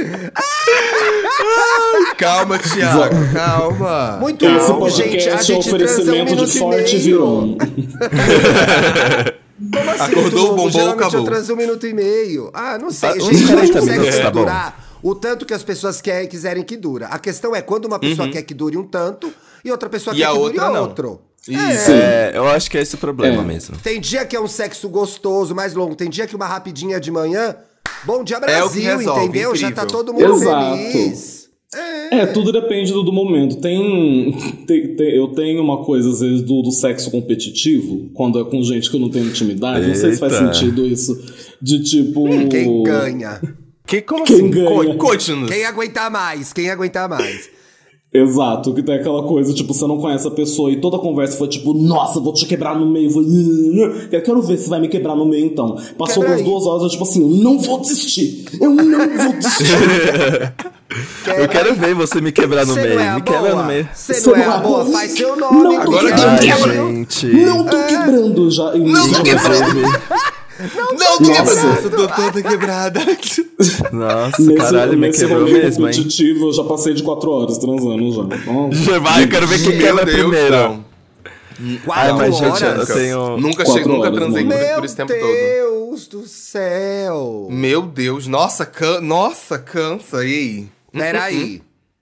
Speaker 4: Calma, Thiago, calma.
Speaker 1: Muito
Speaker 3: Esse
Speaker 1: longo, gente. A
Speaker 3: podcast é um
Speaker 1: gente transa
Speaker 3: oferecimento
Speaker 1: 1 minuto
Speaker 3: de
Speaker 1: e
Speaker 3: Forte
Speaker 1: meio.
Speaker 3: Viron.
Speaker 1: Como assim,
Speaker 4: Acordou,
Speaker 1: muito longo?
Speaker 4: bombou,
Speaker 1: Geralmente
Speaker 4: acabou.
Speaker 1: eu transo 1 minuto e meio. Ah, não sei.
Speaker 5: Uns
Speaker 1: Gente, eu acho que
Speaker 5: 40
Speaker 1: o sexo
Speaker 5: minutos,
Speaker 1: tem
Speaker 5: tá
Speaker 1: que
Speaker 5: bom.
Speaker 1: durar o tanto que as pessoas quiserem que dura. A questão é quando uma pessoa quer que dure um tanto e outra pessoa
Speaker 4: E
Speaker 1: quer
Speaker 4: a
Speaker 1: que dure
Speaker 4: outra não.
Speaker 1: outro.
Speaker 4: Isso.
Speaker 5: Eu acho que é esse o problema mesmo.
Speaker 1: Tem dia que é um sexo gostoso, mais longo. Tem dia que uma rapidinha de manhã. Bom dia,
Speaker 4: É o que
Speaker 1: Brasil,
Speaker 4: resolve,
Speaker 1: entendeu? Já
Speaker 4: incrível.
Speaker 1: tá todo mundo
Speaker 3: Exato.
Speaker 1: feliz.
Speaker 3: Tudo depende do momento. Eu tenho uma coisa, às vezes, do sexo competitivo, quando é com gente que eu não tenho intimidade. Não sei se faz
Speaker 5: Eita.
Speaker 3: sentido isso. De tipo.
Speaker 1: Quem ganha?
Speaker 4: Como
Speaker 3: Quem
Speaker 4: assim?
Speaker 3: ganha?
Speaker 4: Conte-nos.
Speaker 1: Quem aguentar mais? Quem aguentar mais?
Speaker 3: Exato, que tem aquela coisa, tipo, você não conhece a pessoa e toda a conversa foi tipo, nossa, vou te quebrar no meio. Eu quero ver se vai me quebrar no meio então. Passou
Speaker 1: Quebra
Speaker 3: umas
Speaker 1: aí.
Speaker 3: 2 horas, eu tipo assim, eu não vou desistir. Eu não vou desistir.
Speaker 5: Eu quero ver você me quebrar no
Speaker 1: Cê
Speaker 5: meio.
Speaker 1: não é a
Speaker 5: Me quebra
Speaker 1: boa?
Speaker 5: no meio.
Speaker 1: Você não é a boa? Faz seu nome.
Speaker 3: Não,
Speaker 1: porque
Speaker 4: agora
Speaker 1: é
Speaker 4: que eu
Speaker 5: Ai,
Speaker 4: quebro.
Speaker 5: gente.
Speaker 3: Não tô quebrando já.
Speaker 4: Não tô quebrando. Não, tô
Speaker 3: Nossa.
Speaker 4: quebrada. Tô toda quebrada.
Speaker 5: Nossa, caralho, me quebrou
Speaker 3: rolê
Speaker 5: mesmo, hein?
Speaker 3: competitivo, eu já passei de 4 horas transando já. Nossa.
Speaker 5: Vai, eu quero ver quem quebra primeiro.
Speaker 4: não.
Speaker 5: Ai, mas
Speaker 1: Quatro
Speaker 5: gente, eu
Speaker 1: horas?
Speaker 5: tenho...
Speaker 4: Nunca
Speaker 3: 4
Speaker 4: nunca
Speaker 3: horas,
Speaker 4: transei
Speaker 3: mano.
Speaker 4: por
Speaker 1: Meu
Speaker 4: esse tempo todo.
Speaker 1: Deus do céu.
Speaker 4: Meu Deus, nossa, cansa, ei.
Speaker 1: Peraí.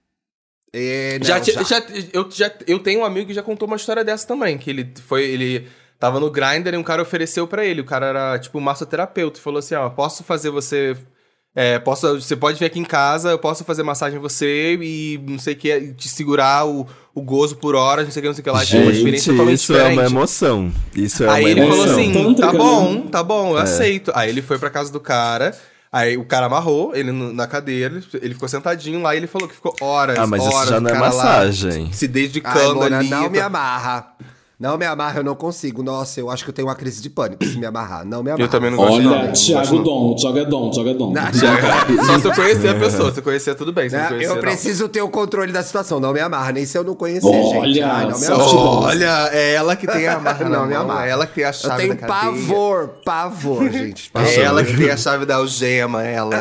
Speaker 4: Eu tenho um amigo que já contou uma história dessa também, que ele tava no Grindr e um cara ofereceu pra ele, o cara era tipo massoterapeuta, e falou assim, ó, posso fazer você... você pode vir aqui em casa, eu posso fazer massagem em você e não sei o que, te segurar o gozo por horas, não sei o que, não sei o que lá. Achei uma experiência
Speaker 5: Gente,
Speaker 4: totalmente
Speaker 5: isso
Speaker 4: diferente.
Speaker 5: é uma emoção. Isso é
Speaker 4: Aí
Speaker 5: uma
Speaker 4: ele
Speaker 5: emoção.
Speaker 4: falou assim,
Speaker 3: Tântrica,
Speaker 4: tá bom, eu aceito. Aí ele foi pra casa do cara, aí o cara amarrou ele na cadeira, ele ficou sentadinho lá e ele falou que ficou horas,
Speaker 5: Ah, mas
Speaker 4: horas,
Speaker 5: isso já não é
Speaker 4: o cara lá
Speaker 5: massagem.
Speaker 4: se
Speaker 1: Ai,
Speaker 4: dedicando
Speaker 1: Mona,
Speaker 4: ali.
Speaker 1: não me amarra. Não me amarra, eu não consigo. Nossa, eu acho que eu tenho uma crise de pânico se me amarrar. Não me amarra.
Speaker 4: Eu também não gosto.
Speaker 3: Olha, Thiago Dom, Thiago é Dom.
Speaker 4: Só se eu conhecer a pessoa. Se eu conhecer, tudo bem. Se eu não conhecer,
Speaker 1: eu preciso ter o controle da situação. Não me amarra, nem se eu não conhecer, gente. Ai, não me amarra.
Speaker 4: Olha, é ela que tem a amarra.
Speaker 1: Não me amarra.
Speaker 4: É ela que tem a chave da cadeia.
Speaker 1: Eu tenho pavor, gente. Pavor.
Speaker 4: É ela que tem a chave da algema, ela.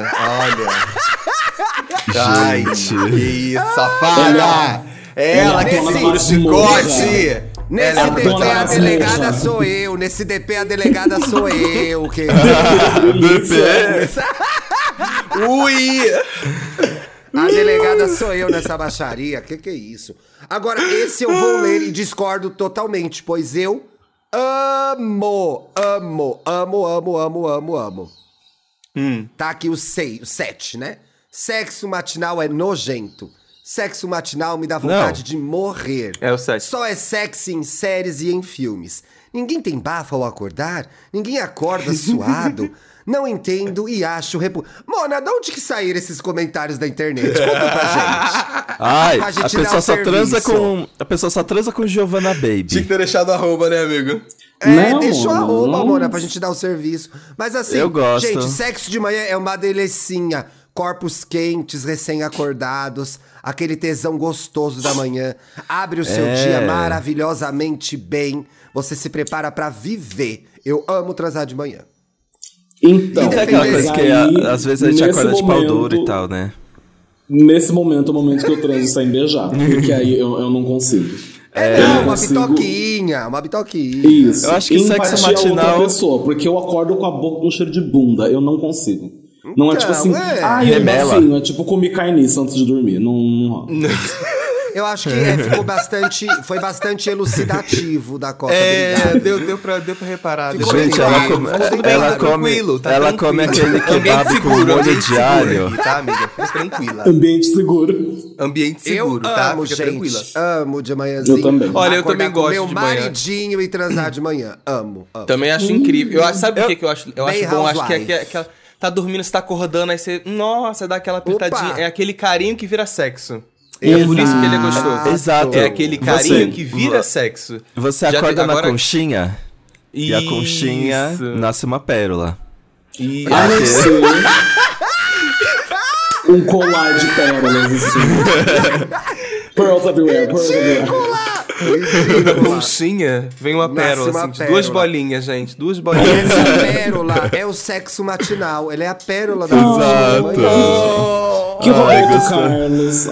Speaker 4: Olha. Ai, que isso, safada. Ela que segura o chicote.
Speaker 1: Nesse DP a delegada sou eu. Nesse DP a delegada sou eu.
Speaker 4: Ui!
Speaker 1: A delegada sou eu nessa baixaria. Que é isso? Agora, esse eu vou ler e discordo totalmente, pois eu amo. Tá aqui o 7, né? Sexo matinal é nojento. Sexo matinal me dá vontade de morrer.
Speaker 4: É o 7.
Speaker 1: Só é sexy em séries e em filmes. Ninguém tem bafo ao acordar? Ninguém acorda suado? Não entendo e acho Mona, de onde que saíram esses comentários da internet? Conta pra gente.
Speaker 5: Ai, a pessoa só transa com Giovanna Baby.
Speaker 4: Tinha que ter deixado @, né, amigo?
Speaker 1: Deixa o @, Mona, pra gente dar o serviço. Mas assim,
Speaker 5: eu gosto.
Speaker 1: Gente, sexo de manhã é uma delicinha. Corpos quentes, recém-acordados, aquele tesão gostoso da manhã. Abre o seu dia maravilhosamente bem. Você se prepara pra viver. Eu amo transar de manhã.
Speaker 5: Então, é aquela coisa que às vezes a gente acorda de pau duro e tal, né?
Speaker 3: Nesse momento, é o momento que eu transo sem beijar. Porque aí eu não consigo.
Speaker 1: Uma bitoquinha.
Speaker 3: Isso.
Speaker 5: Eu acho que sexo matinal...
Speaker 3: outra pessoa, porque eu acordo com a boca com cheiro de bunda. Eu não consigo. Não é tipo assim, eu é tipo comer carniça antes de dormir. Não.
Speaker 1: Eu acho que foi bastante elucidativo da Cota.
Speaker 4: Deu pra reparar.
Speaker 5: Gente, ela come aquele kebab com molho de alho.
Speaker 4: Tá, amiga? Fica tranquila.
Speaker 3: Ambiente seguro,
Speaker 1: tá? Amo,
Speaker 4: Fica tranquila.
Speaker 1: Amo de manhãzinho.
Speaker 3: Eu também.
Speaker 4: Olha, eu também gosto de manhã.
Speaker 1: Meu maridinho e transar de manhã. Amo.
Speaker 4: Também acho incrível. Sabe o que eu acho? Eu acho bom, acho que é aquela... Tá dormindo, você tá acordando, aí você... Nossa, dá aquela apertadinha. É aquele carinho que vira sexo. É por isso que ele é gostoso.
Speaker 5: Exato.
Speaker 4: É aquele carinho que vira sexo.
Speaker 5: Você acorda na conchinha e a conchinha nasce uma pérola.
Speaker 3: Um colar de pérolas, assim. Pearls everywhere.
Speaker 4: Na conchinha vem uma pérola, assim, de 2 bolinhas, gente. 2 bolinhas.
Speaker 1: Essa pérola é o sexo matinal. Ela é a pérola da
Speaker 5: Exato.
Speaker 3: Que Roberto Carlos.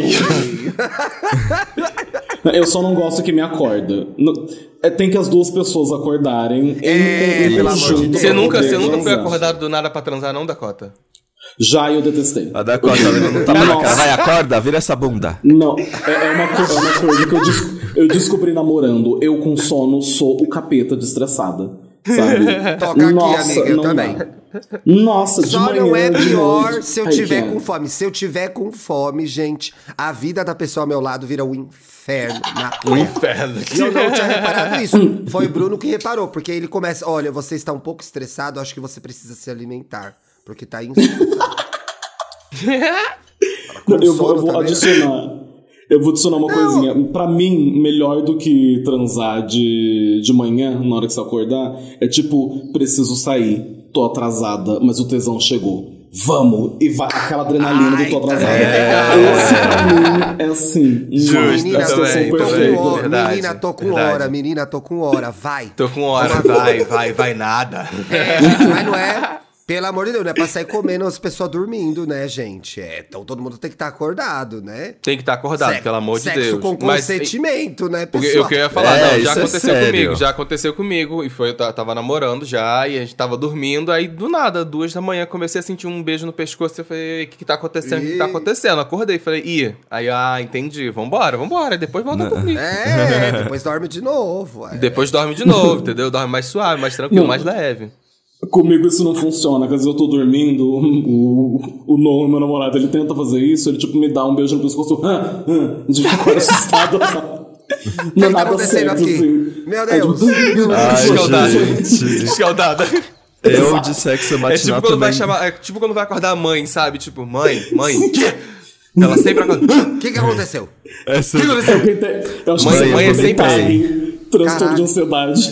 Speaker 3: Eu só não gosto que me acorda. Tem que as duas pessoas acordarem.
Speaker 1: Pelo amor de Deus.
Speaker 4: Você nunca foi acordado do nada pra transar, não, Dakota?
Speaker 3: Já eu detestei.
Speaker 5: A Dakota não tá na cara. Vai, acorda, vira essa bunda.
Speaker 3: Não, é uma coisa que eu descobri namorando. Eu com sono sou o capeta de estressada. Sabe?
Speaker 1: Toca aqui, amiga, eu também.
Speaker 3: Nossa, de
Speaker 1: só
Speaker 3: manhã,
Speaker 1: não é pior
Speaker 3: noite.
Speaker 1: se eu tiver com fome. Se eu tiver com fome, gente, a vida da pessoa ao meu lado vira um inferno.
Speaker 4: Inferno.
Speaker 1: E eu não tinha reparado isso. Foi o Bruno que reparou, porque ele começa... Olha, você está um pouco estressado, acho que você precisa se alimentar. Porque tá insuportável.
Speaker 3: Eu vou adicionar... Eu vou adicionar uma coisinha. Pra mim, melhor do que transar de manhã, na hora que você acordar, é tipo, preciso sair, tô atrasada, mas o tesão chegou. Vamos! E vai aquela adrenalina do tô atrasada. Esse pra mim é assim.
Speaker 1: Menina, tô com hora. Vai.
Speaker 4: Tô com hora, vai nada.
Speaker 1: Mas não é... Pelo amor de Deus, não é pra sair comendo as pessoas dormindo, né, gente? Então todo mundo tem que estar acordado, né?
Speaker 4: Tem que estar acordado, pelo amor de Deus.
Speaker 1: Sexo com consentimento, né, pessoal?
Speaker 4: Eu queria falar, já aconteceu comigo. E eu tava namorando já, e a gente tava dormindo, aí do nada, 2 da manhã, comecei a sentir um beijo no pescoço, eu falei, o que tá acontecendo? O que tá acontecendo? Acordei, falei, aí, entendi, vambora, depois volta a dormir.
Speaker 1: Depois dorme de novo.
Speaker 4: Depois dorme de novo, entendeu? Dorme mais suave, mais tranquilo, mais leve.
Speaker 3: Comigo isso não funciona, às vezes eu tô dormindo, o Noah, meu namorado, ele tenta fazer isso, ele tipo me dá um beijo no pescoço, de ficar assustado, sabe? Não é nada certo,
Speaker 1: aqui?
Speaker 3: Assim.
Speaker 1: Meu Deus!
Speaker 4: Escaldada.
Speaker 5: Eu de sexo matinal
Speaker 4: tipo quando
Speaker 5: também.
Speaker 4: tipo quando vai acordar a mãe, sabe? Tipo, mãe, quê? Ela sempre acorda.
Speaker 1: O que aconteceu?
Speaker 3: Eu acho que
Speaker 4: mãe é sempre assim.
Speaker 3: Transtorno de ansiedade.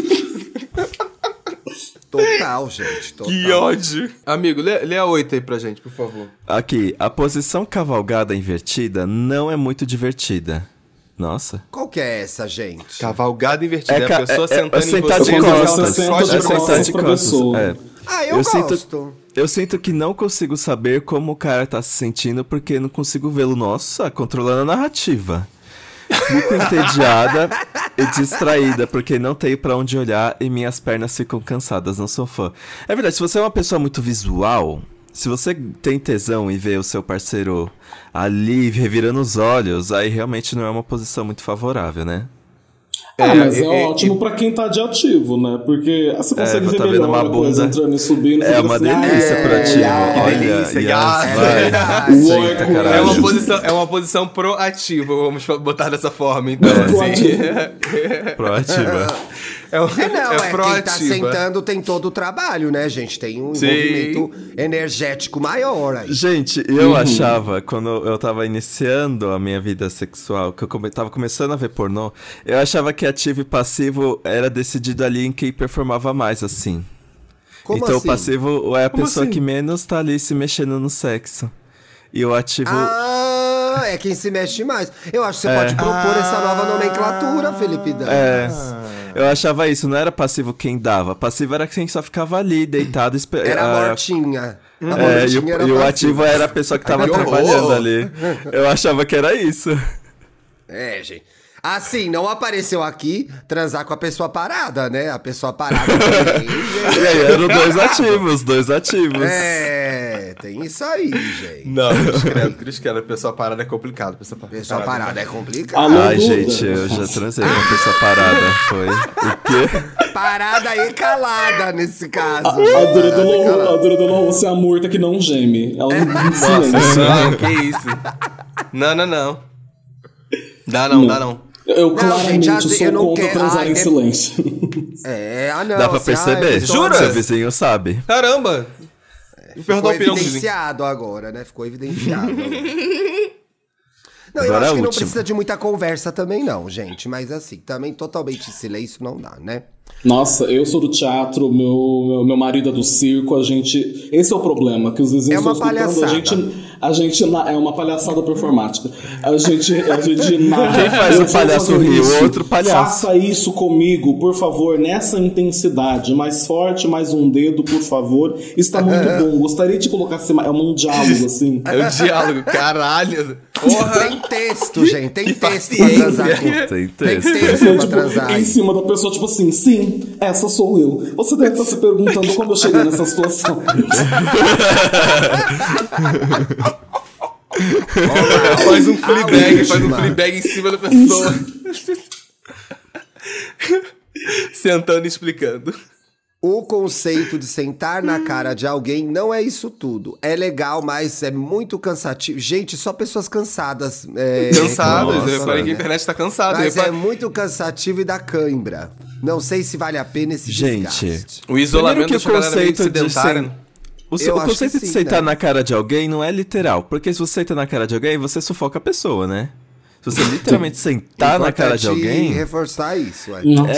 Speaker 1: Total, gente. Total.
Speaker 4: Que ódio. Amigo, lê a 8 aí pra gente, por favor.
Speaker 5: Aqui, a posição cavalgada invertida não é muito divertida. Nossa.
Speaker 1: Qual que é essa, gente?
Speaker 4: Cavalgada invertida. É a pessoa sentando em
Speaker 5: sentar
Speaker 4: você.
Speaker 5: de costas.
Speaker 3: Sentar de costas.
Speaker 1: Eu gosto.
Speaker 5: Eu sinto que não consigo saber como o cara tá se sentindo porque não consigo vê-lo. Nossa, controlando a narrativa. Fico entediada e distraída porque não tenho pra onde olhar e minhas pernas ficam cansadas, não sou fã. É verdade, se você é uma pessoa muito visual, se você tem tesão e vê o seu parceiro ali revirando os olhos, aí realmente não é uma posição muito favorável, né?
Speaker 3: Mas é ótimo pra quem tá de ativo, né? Porque você consegue ver melhor a coisa entrando e subindo.
Speaker 5: É uma delícia pro ativo. Olha,
Speaker 4: é uma posição proativa, vamos botar dessa forma, então, assim.
Speaker 5: Proativa.
Speaker 1: Quem tá sentando tem todo o trabalho, né, gente? Tem um envolvimento energético maior aí.
Speaker 5: Gente, eu achava, quando eu tava iniciando a minha vida sexual, que eu tava começando a ver pornô, eu achava que ativo e passivo era decidido ali em quem performava mais, assim.
Speaker 1: Como
Speaker 5: então
Speaker 1: assim?
Speaker 5: O passivo é a pessoa
Speaker 4: assim?
Speaker 5: que menos tá ali se mexendo no sexo. E o ativo...
Speaker 1: É quem se mexe mais. Eu acho que você pode propor essa nova nomenclatura, Felipe Dantas.
Speaker 5: Eu achava isso, não era passivo quem dava. Passivo era quem só ficava ali, deitado, esperando.
Speaker 1: Era a mortinha.
Speaker 5: E o ativo era a pessoa que tava trabalhando ali. Eu achava que era isso.
Speaker 1: Gente. Assim, não apareceu aqui transar com a pessoa parada, né? A pessoa parada também.
Speaker 5: E aí, eram dois ativos.
Speaker 1: Tem isso aí, gente.
Speaker 4: Não, Cris credo, pessoa parada é complicado.
Speaker 1: Pessoa parada é complicado.
Speaker 5: Ai, gente, eu já transei com uma pessoa parada. Foi o quê?
Speaker 1: Parada e calada, nesse caso.
Speaker 3: A Dura do Lobo, você é a morta que não geme. Ela não silêncio.
Speaker 4: Não, que isso. Não. Dá não.
Speaker 3: Eu claramente sou contra transar em silêncio.
Speaker 1: Não.
Speaker 5: Dá pra perceber.
Speaker 4: Jura?
Speaker 5: Seu vizinho sabe.
Speaker 4: Caramba.
Speaker 1: Ficou evidenciado agora, né? Ficou evidenciado. Não, eu
Speaker 5: Agora
Speaker 1: acho que não precisa de muita conversa também não, gente. Mas assim, também totalmente em silêncio não dá, né?
Speaker 3: Nossa, eu sou do teatro, meu marido é do circo, esse é o problema, que os vizinhos
Speaker 1: estão
Speaker 3: escutando, a gente é uma palhaçada performática. A gente
Speaker 5: Quem faz o palhaço rir? O outro palhaço.
Speaker 3: Faça isso comigo, por favor, nessa intensidade, mais forte, mais um dedo, por favor. Está muito bom, gostaria de colocar um diálogo, assim.
Speaker 4: É um diálogo, caralho. Porra.
Speaker 1: Tem texto, gente, tem texto
Speaker 4: pra
Speaker 1: transar.
Speaker 5: Tem
Speaker 1: Tem
Speaker 5: texto.
Speaker 1: texto pra transar.
Speaker 3: Em cima da pessoa, tipo assim, sim, essa sou eu. Você deve estar se perguntando como eu cheguei nessa situação.
Speaker 4: Faz um Fleabag em cima da pessoa. Sentando e explicando.
Speaker 1: O conceito de sentar na cara de alguém não é isso tudo. É legal, mas é muito cansativo. Gente, só pessoas cansadas.
Speaker 4: Cansadas, eu falei que a internet tá cansada.
Speaker 1: Mas é muito cansativo e dá cãibra. Não sei se vale a pena esse desgaste.
Speaker 4: O isolamento
Speaker 5: que o conceito de
Speaker 4: sedentário.
Speaker 5: O conceito de sentar na cara de alguém não é literal. Porque se você senta na cara de alguém, você sufoca a pessoa, né? Se você literalmente sentar na cara de alguém...
Speaker 1: reforçar isso,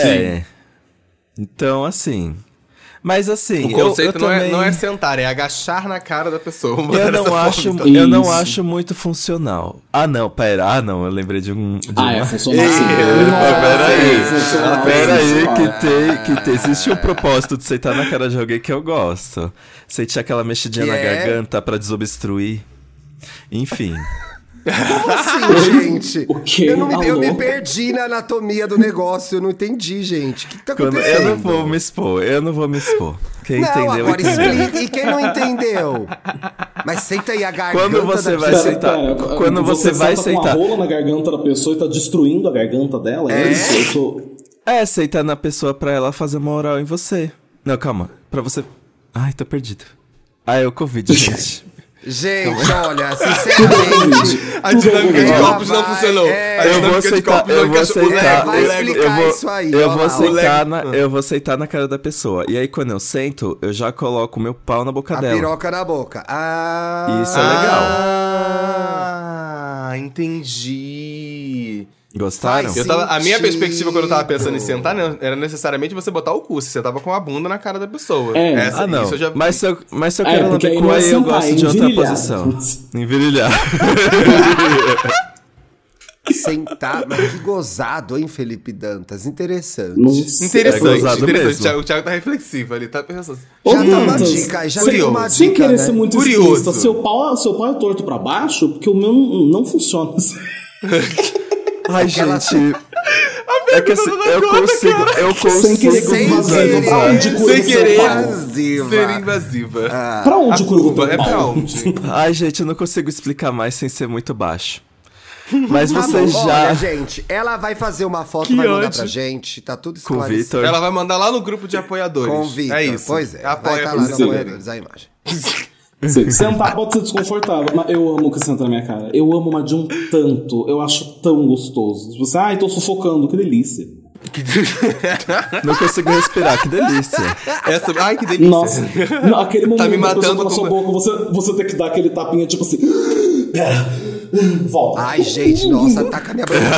Speaker 5: Então, assim... Mas assim,
Speaker 4: o conceito
Speaker 5: também...
Speaker 4: não é sentar, é agachar na cara da pessoa.
Speaker 5: Eu não acho muito funcional. Eu lembrei de um...
Speaker 3: funciona assim.
Speaker 5: Peraí, existe um propósito de sentar na cara de alguém que eu gosto. Sentir aquela mexidinha na garganta pra desobstruir. Enfim...
Speaker 1: Como assim, gente?
Speaker 3: O quê?
Speaker 1: Eu me perdi na anatomia do negócio, eu não entendi, gente. O que tá acontecendo?
Speaker 5: Eu não vou me expor. Quem entendeu,
Speaker 1: agora
Speaker 5: entendeu.
Speaker 1: explica. E quem não entendeu? Mas senta aí a garganta.
Speaker 5: Quando você vai sentar... Quando você vai sentar...
Speaker 3: com a rola na garganta da pessoa e tá destruindo a garganta dela?
Speaker 5: Sentar na pessoa pra ela fazer uma oral em você. Não, calma. Pra você... Ai, tô perdido. É o Covid, gente.
Speaker 1: Gente, olha, sinceramente...
Speaker 4: A dinâmica de corpos não funcionou.
Speaker 5: Eu vou sentar na cara da pessoa. E aí, quando eu sento, eu já coloco o meu pau na boca dela.
Speaker 1: A piroca na boca.
Speaker 5: Isso é legal.
Speaker 4: Entendi.
Speaker 5: Gostaram?
Speaker 4: A minha perspectiva quando eu tava pensando em sentar, não era necessariamente você botar o cu. Você sentava com a bunda na cara da pessoa.
Speaker 5: Não.
Speaker 4: Isso eu já...
Speaker 5: Mas se eu quero lamber cu, aí eu gosto de outra posição. Envirilhar.
Speaker 1: Sentar, mas que gozado, hein, Felipe Dantas? Interessante.
Speaker 4: Interessante. O Thiago tá reflexivo ali, tá pensando.
Speaker 1: Já dá uma dica, já tem uma dica,
Speaker 3: sem querer
Speaker 1: né?
Speaker 3: ser muito explícito, seu pau é torto pra baixo, porque o meu não funciona.
Speaker 5: Ai, gente... É que assim, eu consigo
Speaker 3: sem querer
Speaker 4: ser invasiva.
Speaker 3: Pra onde curva?
Speaker 4: É pra onde?
Speaker 5: Ai, gente, eu não consigo explicar mais sem ser muito baixo. Mas
Speaker 1: Tá
Speaker 5: você
Speaker 1: bom,
Speaker 5: já...
Speaker 1: Olha, gente, ela vai fazer uma foto, vai mandar pra gente, tá tudo
Speaker 5: Com o
Speaker 1: esclarecido.
Speaker 5: Vitor.
Speaker 4: Ela vai mandar lá no grupo de apoiadores.
Speaker 1: Com o Vitor,
Speaker 4: É isso.
Speaker 1: pois é.
Speaker 4: Apoia
Speaker 1: vai estar lá no
Speaker 3: Sim.
Speaker 1: apoiadores, a imagem.
Speaker 3: Sim, sentar pode ser desconfortável, mas eu amo que senta na minha cara. Eu amo, mas de um tanto. Eu acho tão gostoso. Tipo assim, tô sufocando, que delícia.
Speaker 5: Não consigo respirar, que delícia.
Speaker 4: Ai, que delícia.
Speaker 3: Nossa, aquele momento
Speaker 4: Tá me
Speaker 3: que a pessoa
Speaker 4: matando
Speaker 3: na sua boca, você tem que dar aquele tapinha, tipo assim. Pera, volta.
Speaker 1: Ai, gente, nossa, ataca a minha boca.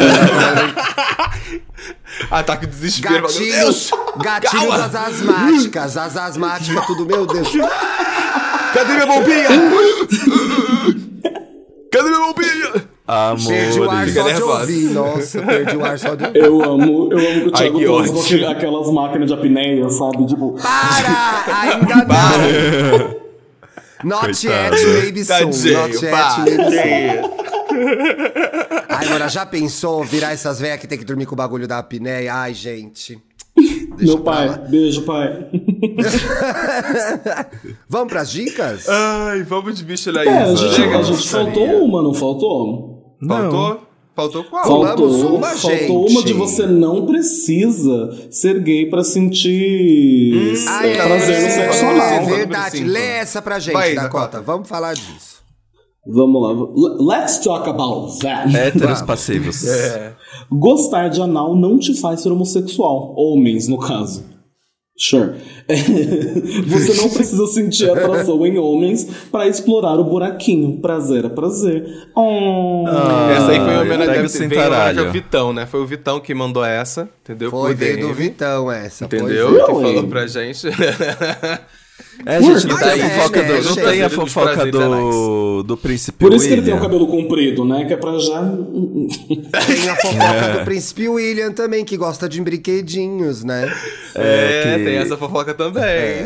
Speaker 4: Ataque de desespero.
Speaker 1: Gatilho das asmáticas. As asmáticas, tudo, meu Deus.
Speaker 4: Cadê minha bombinha? Cadê minha bombinha?
Speaker 5: Amor.
Speaker 1: Perdi o ar
Speaker 4: Fica
Speaker 1: só de
Speaker 4: nervosa.
Speaker 1: ouvir. Nossa, perdi o ar só de ouvir.
Speaker 3: Eu amo que o
Speaker 4: Ai,
Speaker 3: Thiago
Speaker 4: que
Speaker 3: usa
Speaker 4: ótimo.
Speaker 3: aquelas máquinas de apneia, sabe? Tipo,
Speaker 1: Para! Ainda não! Not yet, maybe soon. Not yet, maybe soon. Ai, agora, já pensou virar essas velhas que tem que dormir com o bagulho da apneia? Ai, gente. Deixa
Speaker 3: meu pai, beijo, pai.
Speaker 1: Vamos pras dicas?
Speaker 4: Ai, vamos de bicho lá.
Speaker 3: A gente faltou uma, não faltou?
Speaker 4: Faltou? Faltou qual?
Speaker 1: Faltou uma,
Speaker 3: faltou
Speaker 1: gente.
Speaker 3: uma de você não precisa ser gay pra sentir prazer no sexo
Speaker 1: É
Speaker 3: anal.
Speaker 1: verdade. Lê essa pra gente,
Speaker 4: Vai,
Speaker 1: Dakota.
Speaker 4: Dakota.
Speaker 1: Vamos falar disso.
Speaker 3: Vamos lá. Let's talk about that.
Speaker 5: Héteros passivos.
Speaker 3: Gostar de anal não te faz ser homossexual. Homens, no caso. Sure. Você não precisa sentir atração em homens pra explorar o buraquinho. Prazer é prazer.
Speaker 4: Essa aí foi uma
Speaker 5: pega sem
Speaker 4: homenagem
Speaker 5: taralho.
Speaker 4: ao Vitão, né? Foi o Vitão que mandou essa, entendeu?
Speaker 1: Foi,
Speaker 4: Por
Speaker 1: veio
Speaker 4: DM,
Speaker 1: do Vitão essa.
Speaker 4: entendeu?
Speaker 1: pois é.
Speaker 4: Que
Speaker 3: Foi.
Speaker 4: falou pra gente.
Speaker 5: Gente, não
Speaker 1: Mas
Speaker 5: tem a
Speaker 1: é,
Speaker 5: fofoca,
Speaker 1: né,
Speaker 5: não
Speaker 1: gente?
Speaker 5: tem a
Speaker 4: Dos
Speaker 5: fofoca
Speaker 4: prazeres
Speaker 5: do príncipe
Speaker 3: Por isso que ele tem o
Speaker 5: William.
Speaker 3: cabelo comprido, né? Que é pra já...
Speaker 1: Tem a fofoca do Príncipe William também, que gosta de brinquedinhos, né?
Speaker 4: Tem essa fofoca também.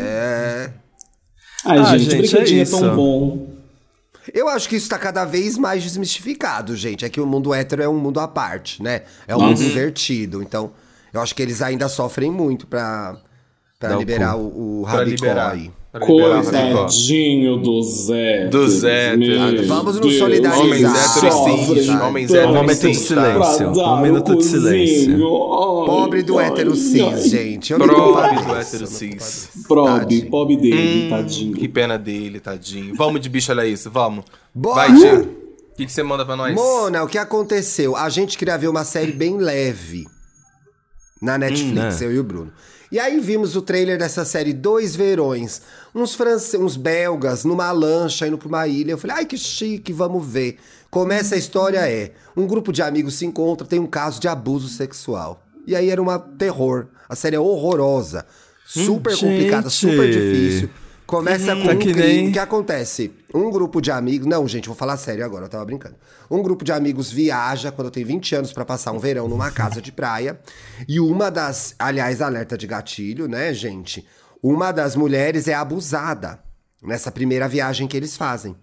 Speaker 3: Ai, gente,
Speaker 5: gente,
Speaker 3: brinquedinho
Speaker 5: é
Speaker 3: é tão
Speaker 5: isso.
Speaker 3: bom.
Speaker 1: Eu acho que isso tá cada vez mais desmistificado, gente. É que o mundo hétero é um mundo à parte, né? É um mundo invertido. Então, eu acho que eles ainda sofrem muito pra
Speaker 5: Dá o
Speaker 1: liberar o
Speaker 4: Pra
Speaker 1: rabicó
Speaker 4: liberar.
Speaker 1: aí.
Speaker 4: Pra liberar o rabicó.
Speaker 3: Coitadinho dos héteros.
Speaker 4: Dos héteros.
Speaker 3: meu
Speaker 1: Vamos nos
Speaker 3: Deus.
Speaker 1: solidarizar.
Speaker 4: Homens héteros
Speaker 3: Sofrem
Speaker 4: cis. Homens
Speaker 3: tanto
Speaker 4: héteros
Speaker 5: Um momento de
Speaker 4: cis.
Speaker 5: silêncio.
Speaker 3: pra dar
Speaker 5: Um minuto
Speaker 3: o
Speaker 5: de silêncio.
Speaker 3: cozinho. Ai,
Speaker 1: Pobre do
Speaker 3: ai,
Speaker 1: hétero
Speaker 3: ai.
Speaker 1: cis, gente. Eu me
Speaker 4: Probe
Speaker 1: compadeço,
Speaker 4: do
Speaker 1: eu
Speaker 4: hétero
Speaker 1: me
Speaker 4: cis.
Speaker 3: Pobre, pobre dele, tadinho.
Speaker 4: Que pena dele, tadinho. Vamos de bicho, olha isso, vamos.
Speaker 1: Bora!
Speaker 4: Vai, Tia. O que você manda pra nós?
Speaker 1: Mona, o que aconteceu? A gente queria ver uma série bem leve na Netflix, eu e o Bruno. E aí vimos o trailer dessa série Dois Verões. Uns belgas numa lancha indo pra uma ilha. Eu falei, ai que chique, vamos ver. Começa a história um grupo de amigos se encontra, tem um caso de abuso sexual. E aí era uma terror. A série é horrorosa. Super complicada, super difícil. Começa com um
Speaker 5: que
Speaker 1: crime.
Speaker 5: nem-
Speaker 1: O que acontece? Um grupo de amigos... Não, gente, vou falar sério agora, eu tava brincando. Um grupo de amigos viaja, quando tem 20 anos, pra passar um verão numa casa de praia. E uma das... Aliás, alerta de gatilho, né, gente? Uma das mulheres é abusada nessa primeira viagem que eles fazem.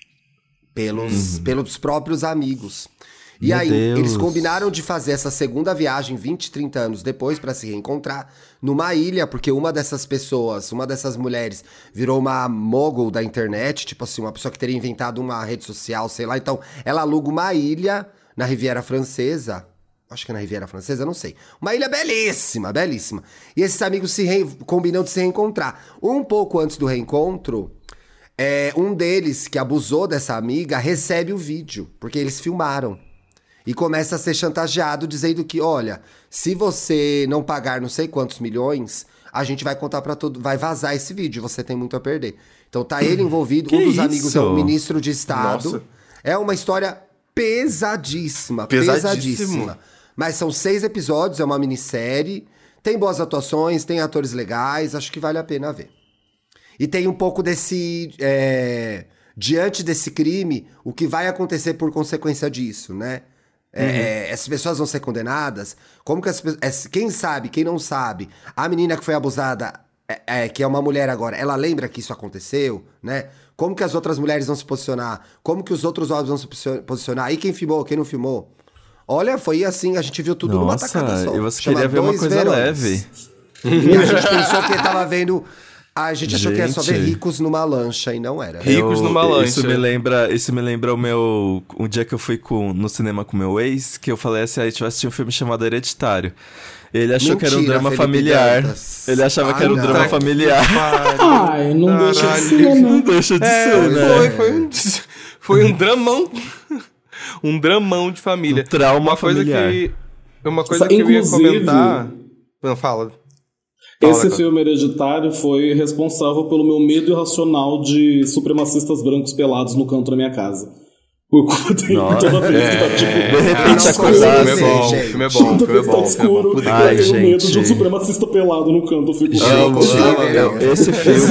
Speaker 1: Pelos próprios amigos. E
Speaker 5: Meu
Speaker 1: aí,
Speaker 5: Deus.
Speaker 1: eles combinaram de fazer essa segunda viagem 20, 30 anos depois pra se reencontrar numa ilha, porque uma dessas pessoas, uma dessas mulheres, virou uma mogul da internet, tipo assim, uma pessoa que teria inventado uma rede social, sei lá. Então, ela aluga uma ilha na Riviera Francesa. Acho que é na Riviera Francesa, não sei. Uma ilha belíssima, belíssima. E esses amigos combinam de se reencontrar. Um pouco antes do reencontro, um deles, que abusou dessa amiga, recebe o vídeo, porque eles filmaram. E começa a ser chantageado, dizendo que, olha, se você não pagar não sei quantos milhões, a gente vai contar pra todo... Vai vazar esse vídeo, você tem muito a perder. Então tá ele envolvido,
Speaker 5: Que
Speaker 1: um dos amigos é
Speaker 5: isso?
Speaker 1: o ministro de Estado.
Speaker 4: Nossa.
Speaker 1: É uma história pesadíssima.
Speaker 4: Pesadíssimo.
Speaker 1: Mas são 6 episódios, é uma minissérie. Tem boas atuações, tem atores legais, acho que vale a pena ver. E tem um pouco desse... diante desse crime, o que vai acontecer por consequência disso, né? Essas pessoas vão ser condenadas. Como que quem sabe, quem não sabe, a menina que foi abusada, que é uma mulher agora, ela lembra que isso aconteceu, né? Como que as outras mulheres vão se posicionar? Como que os outros homens vão se posicionar? E quem filmou, quem não filmou? Olha, foi assim, a gente viu tudo numa tacada só.
Speaker 5: E você queria ver uma coisa leve.
Speaker 1: E a gente pensou que tava vendo... A gente achou que era só ver ricos numa lancha, e não era.
Speaker 4: Ricos numa lancha.
Speaker 5: Isso me lembra o meu... Um dia que eu fui no cinema com meu ex, que eu falei assim, a gente vai assistir um filme chamado Hereditário. Ele achou que era um drama familiar. Ele achava que era um drama familiar.
Speaker 3: Ai, não deixa de ser, né?
Speaker 5: Não deixa de ser, né?
Speaker 4: Foi um dramão. Um dramão de família.
Speaker 5: Um trauma familiar.
Speaker 4: Uma coisa que eu ia comentar... Não, fala.
Speaker 3: Esse filme Hereditário foi responsável pelo meu medo irracional de supremacistas brancos pelados no canto da minha casa. Por culpa dele, toda vez que tá tipo...
Speaker 5: De repente acordar assim.
Speaker 4: O filme é bom.
Speaker 3: Toda vez que tá escuro, eu tenho medo de um supremacista pelado no canto. Eu fico...
Speaker 5: Esse filme...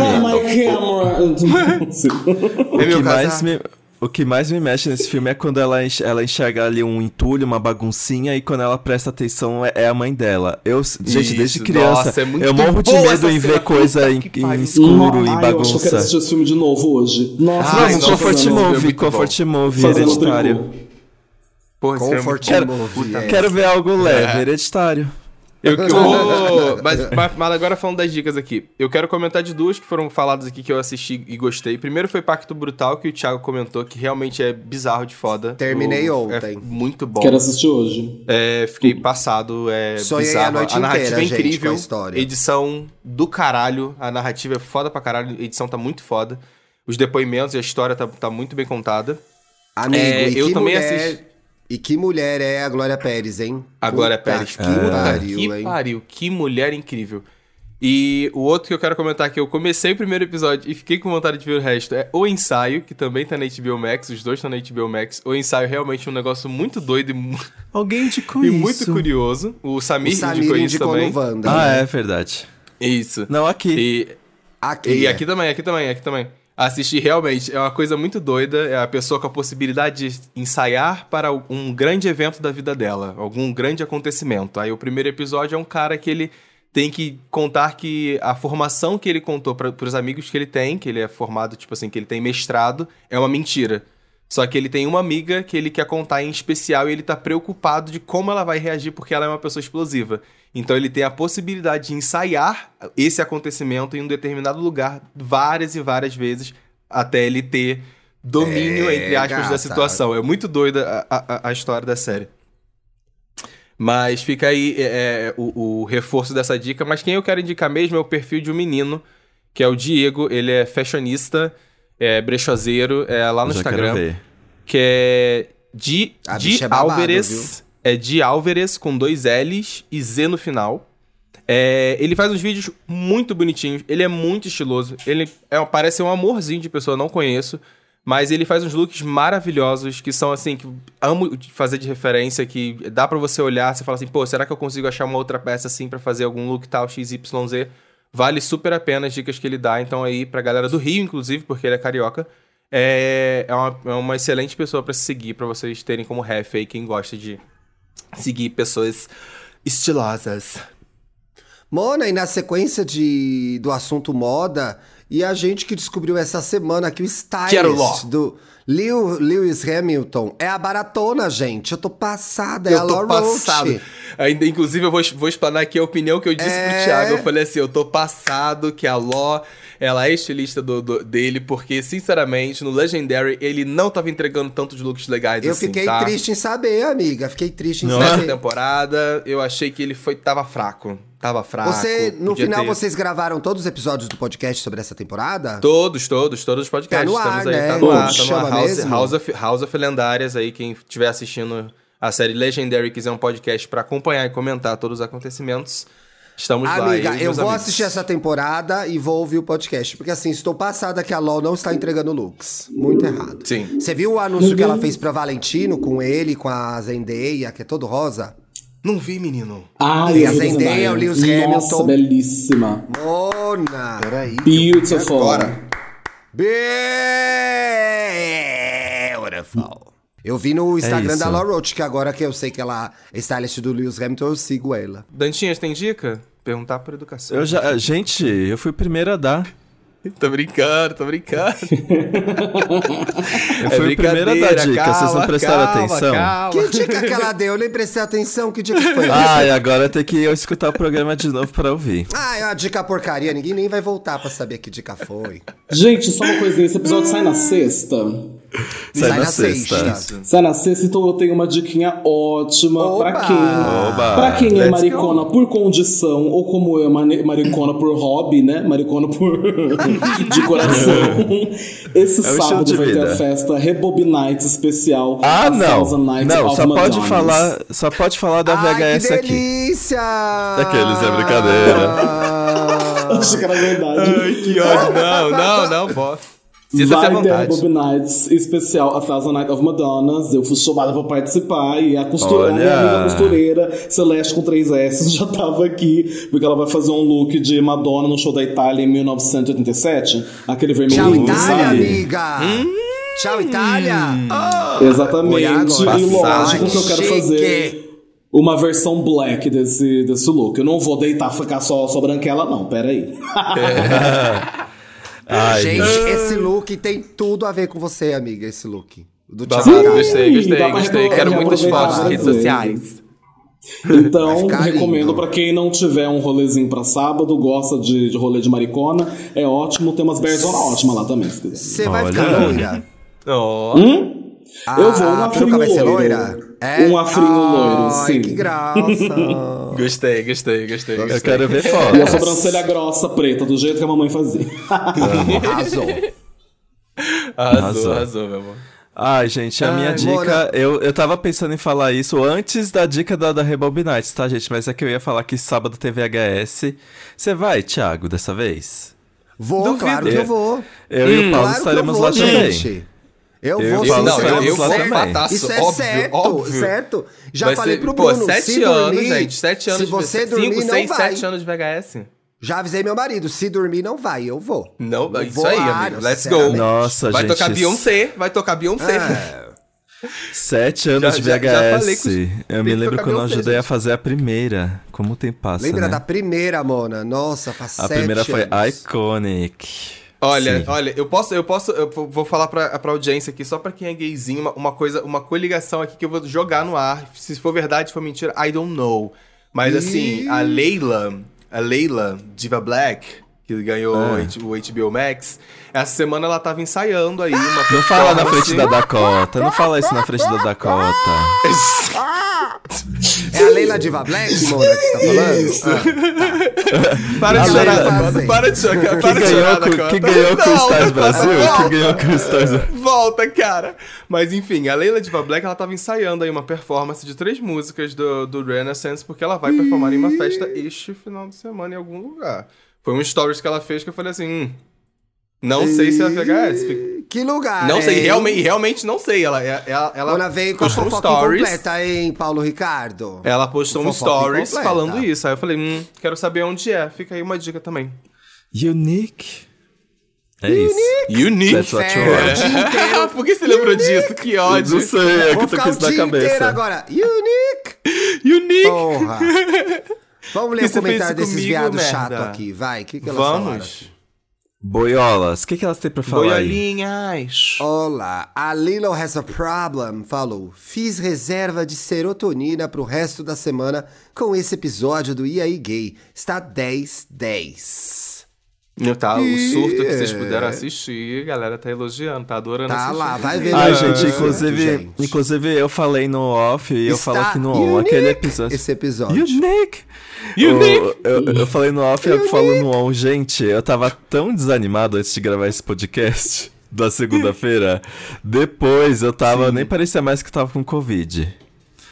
Speaker 5: O que mais me mexe nesse filme é quando ela enxerga ali um entulho, uma baguncinha, e quando ela presta atenção é a mãe dela. Gente, desde criança,
Speaker 4: nossa,
Speaker 5: eu morro de medo em ver coisa em escuro e bagunça.
Speaker 3: Eu acho que eu quero assistir esse filme de novo hoje. Nossa,
Speaker 5: Comfort Movie, Hereditário.
Speaker 1: Comfort Movie.
Speaker 5: Quero ver algo leve, Hereditário.
Speaker 4: Eu vou... Mas agora falando das dicas aqui. Eu quero comentar de 2 que foram faladas aqui que eu assisti e gostei. Primeiro foi Pacto Brutal, que o Thiago comentou, que realmente é bizarro de foda.
Speaker 1: Terminei ontem.
Speaker 4: É muito bom.
Speaker 3: Quero assistir hoje.
Speaker 4: Fiquei passado,
Speaker 1: Sonhei
Speaker 4: bizarro.
Speaker 1: a noite
Speaker 4: narrativa
Speaker 1: inteira,
Speaker 4: é incrível.
Speaker 1: gente, com a história.
Speaker 4: Edição do caralho. A narrativa é foda pra caralho. A edição tá muito foda. Os depoimentos e a história tá muito bem contada.
Speaker 1: Amigo,
Speaker 4: eu também assisti.
Speaker 1: E que mulher é a Glória Pérez, hein?
Speaker 4: A Glória Pérez.
Speaker 1: Que
Speaker 4: pariu. Que mulher incrível. E o outro que eu quero comentar aqui, eu comecei o primeiro episódio e fiquei com vontade de ver o resto, é O Ensaio, que também tá na HBO Max, os dois estão na HBO Max. O Ensaio realmente é um negócio muito doido
Speaker 5: Alguém indicou
Speaker 4: e
Speaker 5: isso.
Speaker 4: muito curioso. O Samir indicou isso também.
Speaker 1: No Wanda,
Speaker 5: né? É verdade.
Speaker 4: Isso.
Speaker 5: Não, aqui.
Speaker 4: Aqui também. Assistir realmente é uma coisa muito doida, é a pessoa com a possibilidade de ensaiar para um grande evento da vida dela, algum grande acontecimento. Aí o primeiro episódio é um cara que ele tem que contar que a formação que ele contou para os amigos que ele é formado, tipo assim, que ele tem mestrado, é uma mentira. Só que ele tem uma amiga que ele quer contar em especial e ele tá preocupado de como ela vai reagir porque ela é uma pessoa explosiva. Então ele tem a possibilidade de ensaiar esse acontecimento em um determinado lugar várias e várias vezes até ele ter domínio, entre aspas, da situação. É muito doida a história da série. Mas fica aí o reforço dessa dica. Mas quem eu quero indicar mesmo é o perfil de um menino, que é o Diego. Ele é fashionista, brechoseiro, lá no Instagram. Que é Di Álvares. É Di Álvares com 2 L's e Z no final. Ele faz uns vídeos muito bonitinhos. Ele é muito estiloso. Ele parece um amorzinho de pessoa, não conheço. Mas ele faz uns looks maravilhosos, que são assim, que amo fazer de referência, que dá pra você olhar, você fala assim, pô, será que eu consigo achar uma outra peça assim pra fazer algum look tal, XYZ? Vale super a pena as dicas que ele dá. Então aí, pra galera do Rio, inclusive, porque ele é carioca, é uma excelente pessoa pra se seguir, pra vocês terem como ref aí, quem gosta de seguir pessoas estilosas.
Speaker 1: Mona, e na sequência do assunto moda, e a gente que descobriu essa semana que o stylist do Lewis Hamilton é a baratona, gente. Eu tô passada, é a Law Roach.
Speaker 4: Ainda, inclusive, eu vou explanar aqui a opinião que eu disse pro Thiago. Eu falei assim, eu tô passado que a Law, ela é estilista dele, porque, sinceramente, no Legendary, ele não tava entregando tantos looks legais assim,
Speaker 1: Eu fiquei triste em saber, amiga. Fiquei triste em
Speaker 4: saber.
Speaker 1: saber.
Speaker 4: Nessa temporada, eu achei que ele tava fraco.
Speaker 1: No final, vocês gravaram todos os episódios do podcast sobre essa temporada?
Speaker 4: Todos os podcasts.
Speaker 1: Tá no ar, né?
Speaker 4: Tá no ar. House of Lendárias aí, quem estiver assistindo a série Legendary e quiser um podcast pra acompanhar e comentar todos os acontecimentos, Estamos lá.
Speaker 1: Amiga, eu vou
Speaker 4: amigos.
Speaker 1: assistir essa temporada e vou ouvir o podcast. Porque assim, estou passada que a LOL não está entregando looks. Muito errado.
Speaker 4: Sim.
Speaker 1: Você viu o anúncio que ela fez pra Valentino com ele, com a Zendaya, que é todo rosa?
Speaker 4: Não vi, menino.
Speaker 1: E a Zendaya, o Lewis Hamilton.
Speaker 3: Nossa, belíssima.
Speaker 1: Mona!
Speaker 4: Peraí.
Speaker 3: Beautiful.
Speaker 4: Agora.
Speaker 1: Beautiful. Eu vi no Instagram
Speaker 5: isso.
Speaker 1: da Laura Roach, que agora que eu sei que ela é stylist do Lewis Hamilton, eu sigo ela.
Speaker 4: Dantinhas, tem dica? Perguntar por educação.
Speaker 5: Gente, eu fui o primeiro a dar.
Speaker 4: Tô brincando.
Speaker 5: Eu fui o primeiro a dar dica, vocês não prestaram atenção?
Speaker 4: Calma.
Speaker 1: Que dica que ela deu? Eu nem prestei atenção. Que dica que foi?
Speaker 5: E agora tem que eu escutar o programa de novo pra ouvir.
Speaker 1: É uma dica porcaria. Ninguém nem vai voltar pra saber que dica foi.
Speaker 3: Gente, só uma coisinha. Esse episódio sai na sexta.
Speaker 5: Sai na sexta.
Speaker 3: Sai na sexta, então eu tenho uma diquinha ótima
Speaker 1: Oba!
Speaker 3: pra quem é
Speaker 4: Let's
Speaker 3: maricona por condição, ou como eu, maricona por hobby, né? Maricona por de coração. Esse
Speaker 5: É o estilo
Speaker 3: sábado
Speaker 5: de
Speaker 3: vai ter
Speaker 5: vida.
Speaker 3: a festa Rebobi Nights especial.
Speaker 5: Não, só pode falar da VHS
Speaker 1: que
Speaker 5: aqui.
Speaker 1: delícia!
Speaker 5: Daqueles, é brincadeira.
Speaker 3: Acho que era verdade.
Speaker 4: Ai, que ódio. Não, bosta. Sinta-se à
Speaker 3: Vai ter a
Speaker 4: vontade.
Speaker 3: Rebobi Nights especial A Thousand Nights of Madonnas. Eu fui chamada pra participar e a costureira,
Speaker 5: Olha.
Speaker 3: minha amiga costureira, Celeste com 3 S, já tava aqui, porque ela vai fazer um look de Madonna no show da Itália em 1987. Aquele
Speaker 1: Tchau,
Speaker 3: vermelhinho,
Speaker 1: Itália,
Speaker 3: sabe?
Speaker 1: amiga! Tchau, Itália!
Speaker 3: Exatamente.
Speaker 1: Olha agora.
Speaker 3: E lógico que eu quero
Speaker 1: Chique.
Speaker 3: fazer uma versão black desse look. Eu não vou deitar, ficar só branquela, não. Pera aí.
Speaker 5: Ai,
Speaker 1: Gente, esse look tem tudo a ver com você, amiga, esse look. Do Tchau,
Speaker 4: Babado,
Speaker 1: Itália.
Speaker 4: gostei. Quero muitas fotos nas redes sociais.
Speaker 3: Então,
Speaker 1: ficar
Speaker 3: recomendo
Speaker 1: lindo.
Speaker 3: pra quem não tiver um rolezinho pra sábado, gosta de rolê de maricona, é ótimo, tem umas berzona ótimas lá também, se quiser.
Speaker 1: Você vai
Speaker 5: Olha.
Speaker 1: ficar loira?
Speaker 4: Ó.
Speaker 3: Eu vou, um
Speaker 1: A
Speaker 3: afrinho
Speaker 1: peruca vai ser
Speaker 3: loiro.
Speaker 1: loira? É?
Speaker 3: Um afrinho loiro,
Speaker 1: Ai,
Speaker 3: sim.
Speaker 1: que graça.
Speaker 4: Gostei.
Speaker 5: eu quero ver
Speaker 3: E a
Speaker 5: fotos.
Speaker 3: sobrancelha grossa, preta, do jeito que a mamãe fazia.
Speaker 4: Arrasou, meu amor.
Speaker 5: Ai, gente, a minha dica...
Speaker 1: Mona.
Speaker 5: Eu tava pensando em falar isso antes da dica da Rebobi Nights, tá, gente? Mas é que eu ia falar que sábado tem VHS. Você vai, Thiago, dessa vez?
Speaker 1: Vou,
Speaker 4: Duvido.
Speaker 1: claro que eu vou.
Speaker 5: Eu e o Paulo
Speaker 1: Claro que eu
Speaker 5: estaremos
Speaker 1: vou,
Speaker 5: lá também.
Speaker 1: gente. Eu
Speaker 5: Eu
Speaker 1: vou,
Speaker 5: e o Paulo
Speaker 1: sim,
Speaker 5: estaremos
Speaker 1: eu
Speaker 5: lá
Speaker 1: vou.
Speaker 5: também.
Speaker 1: Isso é
Speaker 4: Óbvio,
Speaker 1: certo,
Speaker 4: óbvio.
Speaker 1: certo. Já
Speaker 4: Vai
Speaker 1: falei
Speaker 4: ser,
Speaker 1: pro Bruno,
Speaker 4: 7
Speaker 1: se
Speaker 4: anos,
Speaker 1: dormir,
Speaker 4: gente. 7 anos
Speaker 1: se você
Speaker 4: de
Speaker 1: dormir,
Speaker 4: 5,
Speaker 1: não
Speaker 4: 6,
Speaker 1: vai.
Speaker 4: 7 anos de VHS.
Speaker 1: Já avisei meu marido, se dormir não vai, eu vou.
Speaker 4: Não,
Speaker 1: Eu
Speaker 4: isso
Speaker 1: vou
Speaker 4: aí,
Speaker 1: lá,
Speaker 4: amigo. Let's go.
Speaker 1: sinceramente.
Speaker 5: Nossa,
Speaker 4: Vai
Speaker 5: gente.
Speaker 4: tocar Beyoncé. Vai tocar Beyoncé.
Speaker 1: É.
Speaker 5: 7 anos
Speaker 4: Já-
Speaker 5: de
Speaker 4: já-
Speaker 5: VHS.
Speaker 4: já falei que
Speaker 5: eu
Speaker 4: tem
Speaker 5: me
Speaker 4: que
Speaker 5: lembro
Speaker 4: tocar
Speaker 5: quando eu
Speaker 4: Beyoncé,
Speaker 5: ajudei a
Speaker 4: gente.
Speaker 5: fazer a primeira. Como o tempo passa,
Speaker 1: Lembra
Speaker 5: né?
Speaker 1: da primeira, Mona? Nossa, faz
Speaker 5: A
Speaker 1: 7
Speaker 5: primeira foi
Speaker 1: anos.
Speaker 5: iconic.
Speaker 4: Olha,
Speaker 5: Sim.
Speaker 4: eu vou falar pra audiência aqui, só pra quem é gayzinho, uma coligação aqui que eu vou jogar no ar. Se for verdade, se for mentira, I don't know. Mas assim, a Layla, Diva Black, que ganhou o HBO Max, essa semana ela tava ensaiando aí uma
Speaker 5: Não fala na frente
Speaker 4: performance.
Speaker 5: da Dakota. Não fala isso na frente da Dakota.
Speaker 1: É a Leila Diva Black, Mona, que você tá falando?
Speaker 4: Para de
Speaker 5: A
Speaker 4: chorar,
Speaker 5: Layla-
Speaker 4: Dakota. Para de chorar,
Speaker 5: Que
Speaker 4: para de chorar,
Speaker 5: ganhou,
Speaker 4: Dakota.
Speaker 5: que ganhou com o
Speaker 4: Não,
Speaker 5: Stars
Speaker 4: Dakota,
Speaker 5: Brasil?
Speaker 4: volta.
Speaker 5: Que ganhou com o Stars
Speaker 4: Volta, cara! Mas enfim, a Layla Diva Black, ela tava ensaiando aí uma performance de 3 músicas do Renaissance, porque ela vai performar em uma festa este final de semana em algum lugar. Foi um stories que ela fez que eu falei assim, não sei se é a VHS.
Speaker 1: Que lugar,
Speaker 4: Não sei,
Speaker 1: hein?
Speaker 4: realmente não sei. Ela
Speaker 1: Mona veio com a
Speaker 4: postou um
Speaker 1: fofoca
Speaker 4: stories.
Speaker 1: completa, hein, Paulo Ricardo?
Speaker 4: Ela postou um
Speaker 1: Fofoca
Speaker 4: stories
Speaker 1: completa.
Speaker 4: falando isso. Aí eu falei, quero saber onde é. Fica aí uma dica também.
Speaker 5: Unique. É isso.
Speaker 4: Unique.
Speaker 5: That's what you
Speaker 1: É, o
Speaker 5: want.
Speaker 1: dia inteiro.
Speaker 4: Por que você lembrou disso? Que ódio.
Speaker 5: Não sei, é que
Speaker 1: Vou
Speaker 5: eu tô
Speaker 1: ficar
Speaker 5: com
Speaker 1: o
Speaker 5: isso na
Speaker 1: dia inteiro
Speaker 5: cabeça.
Speaker 1: agora. Unique!
Speaker 4: Unique.
Speaker 1: Porra! Vamos ler
Speaker 4: Que
Speaker 1: o
Speaker 4: você
Speaker 1: comentário
Speaker 4: fez
Speaker 1: desses
Speaker 4: comigo,
Speaker 1: viados
Speaker 4: merda?
Speaker 1: chato aqui, vai. O que elas falaram?
Speaker 4: Vamos.
Speaker 5: Boiolas, o que elas têm pra falar aí?
Speaker 4: Boiolinhas.
Speaker 1: Olá, a Lilo has a problem, falou. Fiz reserva de serotonina pro resto da semana com esse episódio do E aí Gay. Está 10-10.
Speaker 4: Tá, o surto que vocês puderam assistir, a galera tá elogiando, tá adorando
Speaker 1: Tá
Speaker 4: assistir.
Speaker 1: lá, vai ver.
Speaker 5: Ai,
Speaker 1: no
Speaker 5: gente,
Speaker 1: YouTube, gente.
Speaker 5: inclusive eu falei no off e eu
Speaker 1: Está
Speaker 5: falo aqui no on,
Speaker 1: unique
Speaker 5: aquele episódio.
Speaker 1: esse episódio.
Speaker 5: Unique!
Speaker 4: Unique!
Speaker 5: Eu falei no off e eu falo no on. Gente, eu tava tão desanimado antes de gravar esse podcast da segunda-feira. Depois eu tava, nem parecia mais que tava com Covid.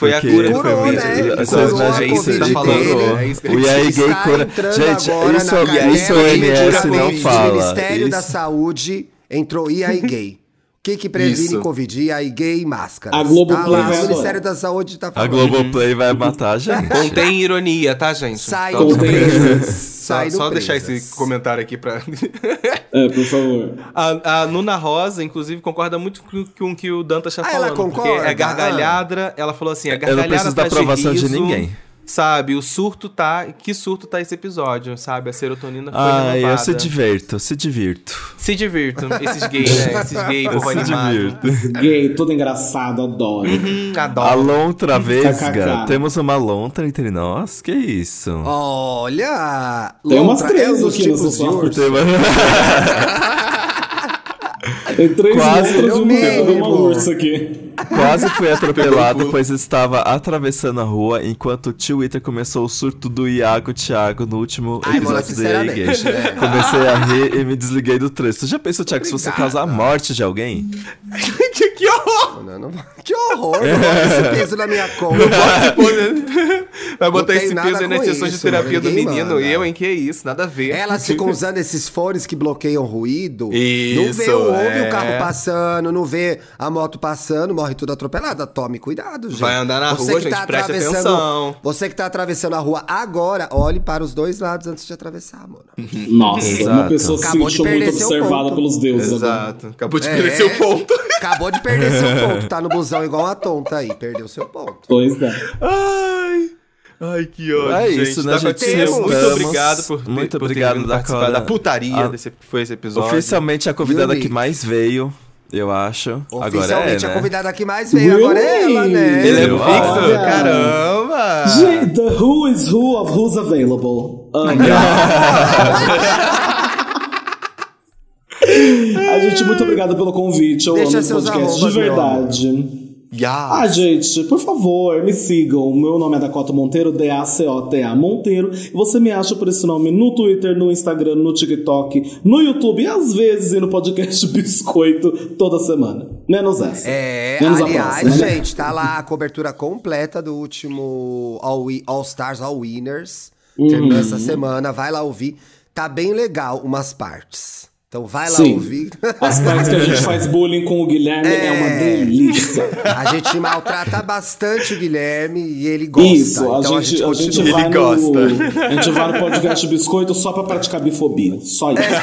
Speaker 4: Foi a cura.
Speaker 1: Curou,
Speaker 4: foi
Speaker 1: né? Ele
Speaker 5: Vocês
Speaker 1: curou
Speaker 5: imaginam
Speaker 1: a
Speaker 5: que
Speaker 1: Covid
Speaker 5: ele
Speaker 4: falando.
Speaker 5: curou.
Speaker 4: É isso que
Speaker 5: O IAI Gay
Speaker 1: Está
Speaker 5: cura.
Speaker 1: entrando
Speaker 5: Gente,
Speaker 1: agora
Speaker 5: isso
Speaker 1: na
Speaker 5: o
Speaker 1: cartela
Speaker 5: OMS
Speaker 1: de
Speaker 5: não
Speaker 1: Covid.
Speaker 5: fala.
Speaker 1: O Ministério da
Speaker 5: Isso.
Speaker 1: Saúde entrou IAI Gay. O que previne
Speaker 4: Isso.
Speaker 1: Covid? IAI Gay e máscaras.
Speaker 3: A Globoplay
Speaker 1: lá,
Speaker 3: vai
Speaker 1: o Ministério
Speaker 3: adorar.
Speaker 1: da Saúde tá
Speaker 5: A
Speaker 1: falando.
Speaker 5: Globoplay vai matar a gente.
Speaker 4: Contém ironia, tá, gente?
Speaker 1: Sai
Speaker 4: Só-
Speaker 1: no
Speaker 3: Contém-
Speaker 1: presas.
Speaker 4: Só,
Speaker 1: Sai no
Speaker 4: só deixar
Speaker 1: presas.
Speaker 4: esse comentário aqui pra.
Speaker 3: Por favor.
Speaker 4: A Nuna Rosa, inclusive, concorda muito com o que o Dantas tá
Speaker 1: Ah,
Speaker 4: falando.
Speaker 1: ela concorda?
Speaker 4: Porque é gargalhada. Ela falou assim: é
Speaker 5: Eu
Speaker 4: gargalhada
Speaker 5: não preciso da
Speaker 4: traz
Speaker 5: aprovação de
Speaker 4: riso,
Speaker 5: ninguém.
Speaker 4: Sabe, o surto tá. Que surto tá esse episódio, sabe? A serotonina foi
Speaker 5: Ai, eu
Speaker 4: renovada.
Speaker 5: se divirto, se divirto.
Speaker 4: Se divirtam, esses gays, né? Esses gays,
Speaker 5: Eu
Speaker 4: povo
Speaker 5: se
Speaker 4: animado.
Speaker 5: divirto.
Speaker 3: Gay, todo engraçado, adoro.
Speaker 5: A
Speaker 4: Adoro.
Speaker 5: lontra vesga.
Speaker 3: KKK.
Speaker 5: Temos uma lontra entre nós? Que isso?
Speaker 1: Olha!
Speaker 3: Tem umas
Speaker 1: lontra,
Speaker 3: três
Speaker 1: um dos
Speaker 3: aqui
Speaker 1: tipos
Speaker 3: nessa
Speaker 1: de
Speaker 3: sua
Speaker 1: urso.
Speaker 5: Tem uma-
Speaker 3: Tem 3
Speaker 5: Quase
Speaker 3: letras
Speaker 1: no
Speaker 3: e uma
Speaker 1: mínimo.
Speaker 3: ursa aqui.
Speaker 5: Quase fui atropelado,
Speaker 4: Pegou o
Speaker 5: pois estava atravessando a rua enquanto o tio Iter começou o surto do Iago Thiago no último
Speaker 1: Ai, mano,
Speaker 5: episódio do EA Gay.
Speaker 1: sinceramente, né?
Speaker 5: Comecei a rir e me desliguei do trecho. Você já pensou, Thiago, se você
Speaker 1: Obrigado.
Speaker 5: causar a morte de alguém?
Speaker 4: que horror!
Speaker 1: Que horror! Não bota esse peso na minha conta.
Speaker 4: Vai botar
Speaker 1: tenho
Speaker 4: esse
Speaker 1: nada
Speaker 4: peso aí nas
Speaker 1: com
Speaker 4: sessões de
Speaker 1: isso,
Speaker 4: terapia do
Speaker 1: ninguém
Speaker 4: menino.
Speaker 1: manda.
Speaker 4: Eu, hein? Que isso? Nada a ver.
Speaker 1: Elas ficam usando esses fones que bloqueiam ruído. Não
Speaker 4: Isso,
Speaker 1: vê ouve
Speaker 4: é.
Speaker 1: o carro passando, não vê a moto passando, morre tudo atropelada. Tome cuidado, gente.
Speaker 4: Vai andar na rua,
Speaker 1: que
Speaker 4: gente, preste
Speaker 1: atravessando-
Speaker 4: atenção.
Speaker 1: Você que tá atravessando a rua agora, olhe para os dois lados antes de atravessar, mano.
Speaker 3: Nossa,
Speaker 5: Exato.
Speaker 3: uma pessoa se
Speaker 1: Acabou de
Speaker 3: sentiu muito
Speaker 1: perder seu
Speaker 3: observada
Speaker 1: ponto.
Speaker 3: pelos deuses. agora.
Speaker 4: Exato. Acabou de
Speaker 1: É.
Speaker 4: perder seu ponto.
Speaker 1: Acabou de perder seu ponto. Tá no busão igual uma tonta aí. Perdeu seu ponto.
Speaker 3: Pois é.
Speaker 4: Ai, que ódio,
Speaker 5: É
Speaker 4: gente.
Speaker 5: isso, né, gente?
Speaker 4: Dacotinha, muito
Speaker 5: Estamos-
Speaker 4: obrigado por
Speaker 5: muito
Speaker 4: ter
Speaker 5: obrigado,
Speaker 4: vindo participar
Speaker 5: Dakota.
Speaker 4: da putaria
Speaker 5: Ah,
Speaker 4: desse foi esse episódio.
Speaker 5: Oficialmente a convidada
Speaker 1: Unique.
Speaker 5: que mais veio, eu acho. Agora é,
Speaker 1: Oficialmente,
Speaker 5: né?
Speaker 1: a convidada que mais veio agora é ela, né?
Speaker 4: Ele é
Speaker 5: Eu
Speaker 4: fixo?
Speaker 3: Olha.
Speaker 4: Caramba!
Speaker 3: Gente, the who is who of who's available. A gente, muito obrigado pelo convite. Eu
Speaker 1: Deixa
Speaker 3: amo esse
Speaker 1: seus
Speaker 3: podcast
Speaker 1: arrobas,
Speaker 3: de
Speaker 1: meu
Speaker 3: verdade. Ah,
Speaker 4: Yes.
Speaker 3: gente, por favor, me sigam. Meu nome é Dakota Monteiro, Dacota Monteiro. E você me acha por esse nome no Twitter, no Instagram, no TikTok, no YouTube e às vezes no podcast Biscoito toda semana. Menos essa. Menos a
Speaker 1: aliás,
Speaker 3: próxima, né?
Speaker 1: gente, tá lá a cobertura completa do último All Stars, All Winners. Terminou essa semana, vai lá ouvir. Tá bem legal umas partes. Então vai lá
Speaker 3: Sim.
Speaker 1: ouvir.
Speaker 3: As partes que a gente faz bullying com o Guilherme é uma delícia.
Speaker 1: A gente maltrata bastante o Guilherme e ele gosta.
Speaker 3: Isso,
Speaker 1: então
Speaker 3: a gente
Speaker 1: continua.
Speaker 3: vai
Speaker 4: Ele gosta.
Speaker 3: A gente vai no podcast Biscoito só pra praticar bifobia. Só isso.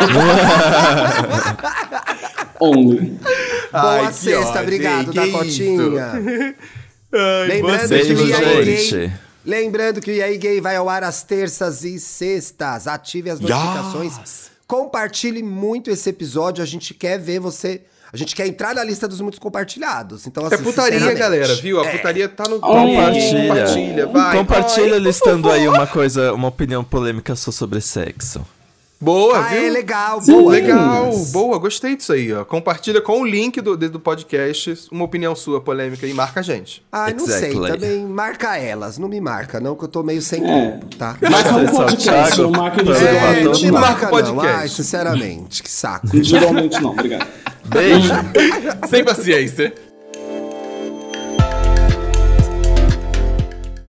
Speaker 3: Only.
Speaker 1: Boa
Speaker 4: que
Speaker 1: sexta,
Speaker 4: ódio,
Speaker 1: obrigado,
Speaker 4: que
Speaker 1: Dacotinha.
Speaker 4: Ai,
Speaker 1: Lembrando
Speaker 4: você,
Speaker 1: que o
Speaker 5: Beijo,
Speaker 1: IAI Gay,
Speaker 5: gente.
Speaker 1: lembrando que o IAI Gay vai ao ar às terças e sextas. Ative as notificações. Compartilhe muito esse episódio. A gente quer ver você. A gente quer entrar na lista dos muitos compartilhados. Então,
Speaker 4: É
Speaker 1: assim,
Speaker 4: putaria,
Speaker 1: sinceramente.
Speaker 4: galera, viu? A putaria tá no
Speaker 5: Compartilha.
Speaker 4: Compartilha, vai.
Speaker 5: Compartilha
Speaker 4: Ai,
Speaker 5: listando aí uma opinião polêmica só sobre sexo.
Speaker 4: Boa,
Speaker 1: Ah,
Speaker 4: viu?
Speaker 1: é legal.
Speaker 3: Sim,
Speaker 1: Boa.
Speaker 4: Legal, boa, gostei disso aí, ó. Compartilha com o link do podcast uma opinião sua polêmica e marca a gente.
Speaker 1: Ai, não sei.
Speaker 5: Exactly.
Speaker 1: Também marca elas. Não me marca, não, que eu tô meio sem
Speaker 3: É.
Speaker 1: tempo, tá?
Speaker 3: Marca no
Speaker 5: Pessoal,
Speaker 3: podcast,
Speaker 5: Thiago,
Speaker 3: não marca
Speaker 5: pra
Speaker 1: É,
Speaker 5: levar
Speaker 1: não
Speaker 3: individualmente,
Speaker 1: me
Speaker 3: não.
Speaker 4: Marca
Speaker 1: marca,
Speaker 4: o
Speaker 1: não.
Speaker 4: podcast.
Speaker 1: Ai, sinceramente, que saco.
Speaker 3: Individualmente não, obrigado.
Speaker 5: Beijo.
Speaker 4: Sem paciência.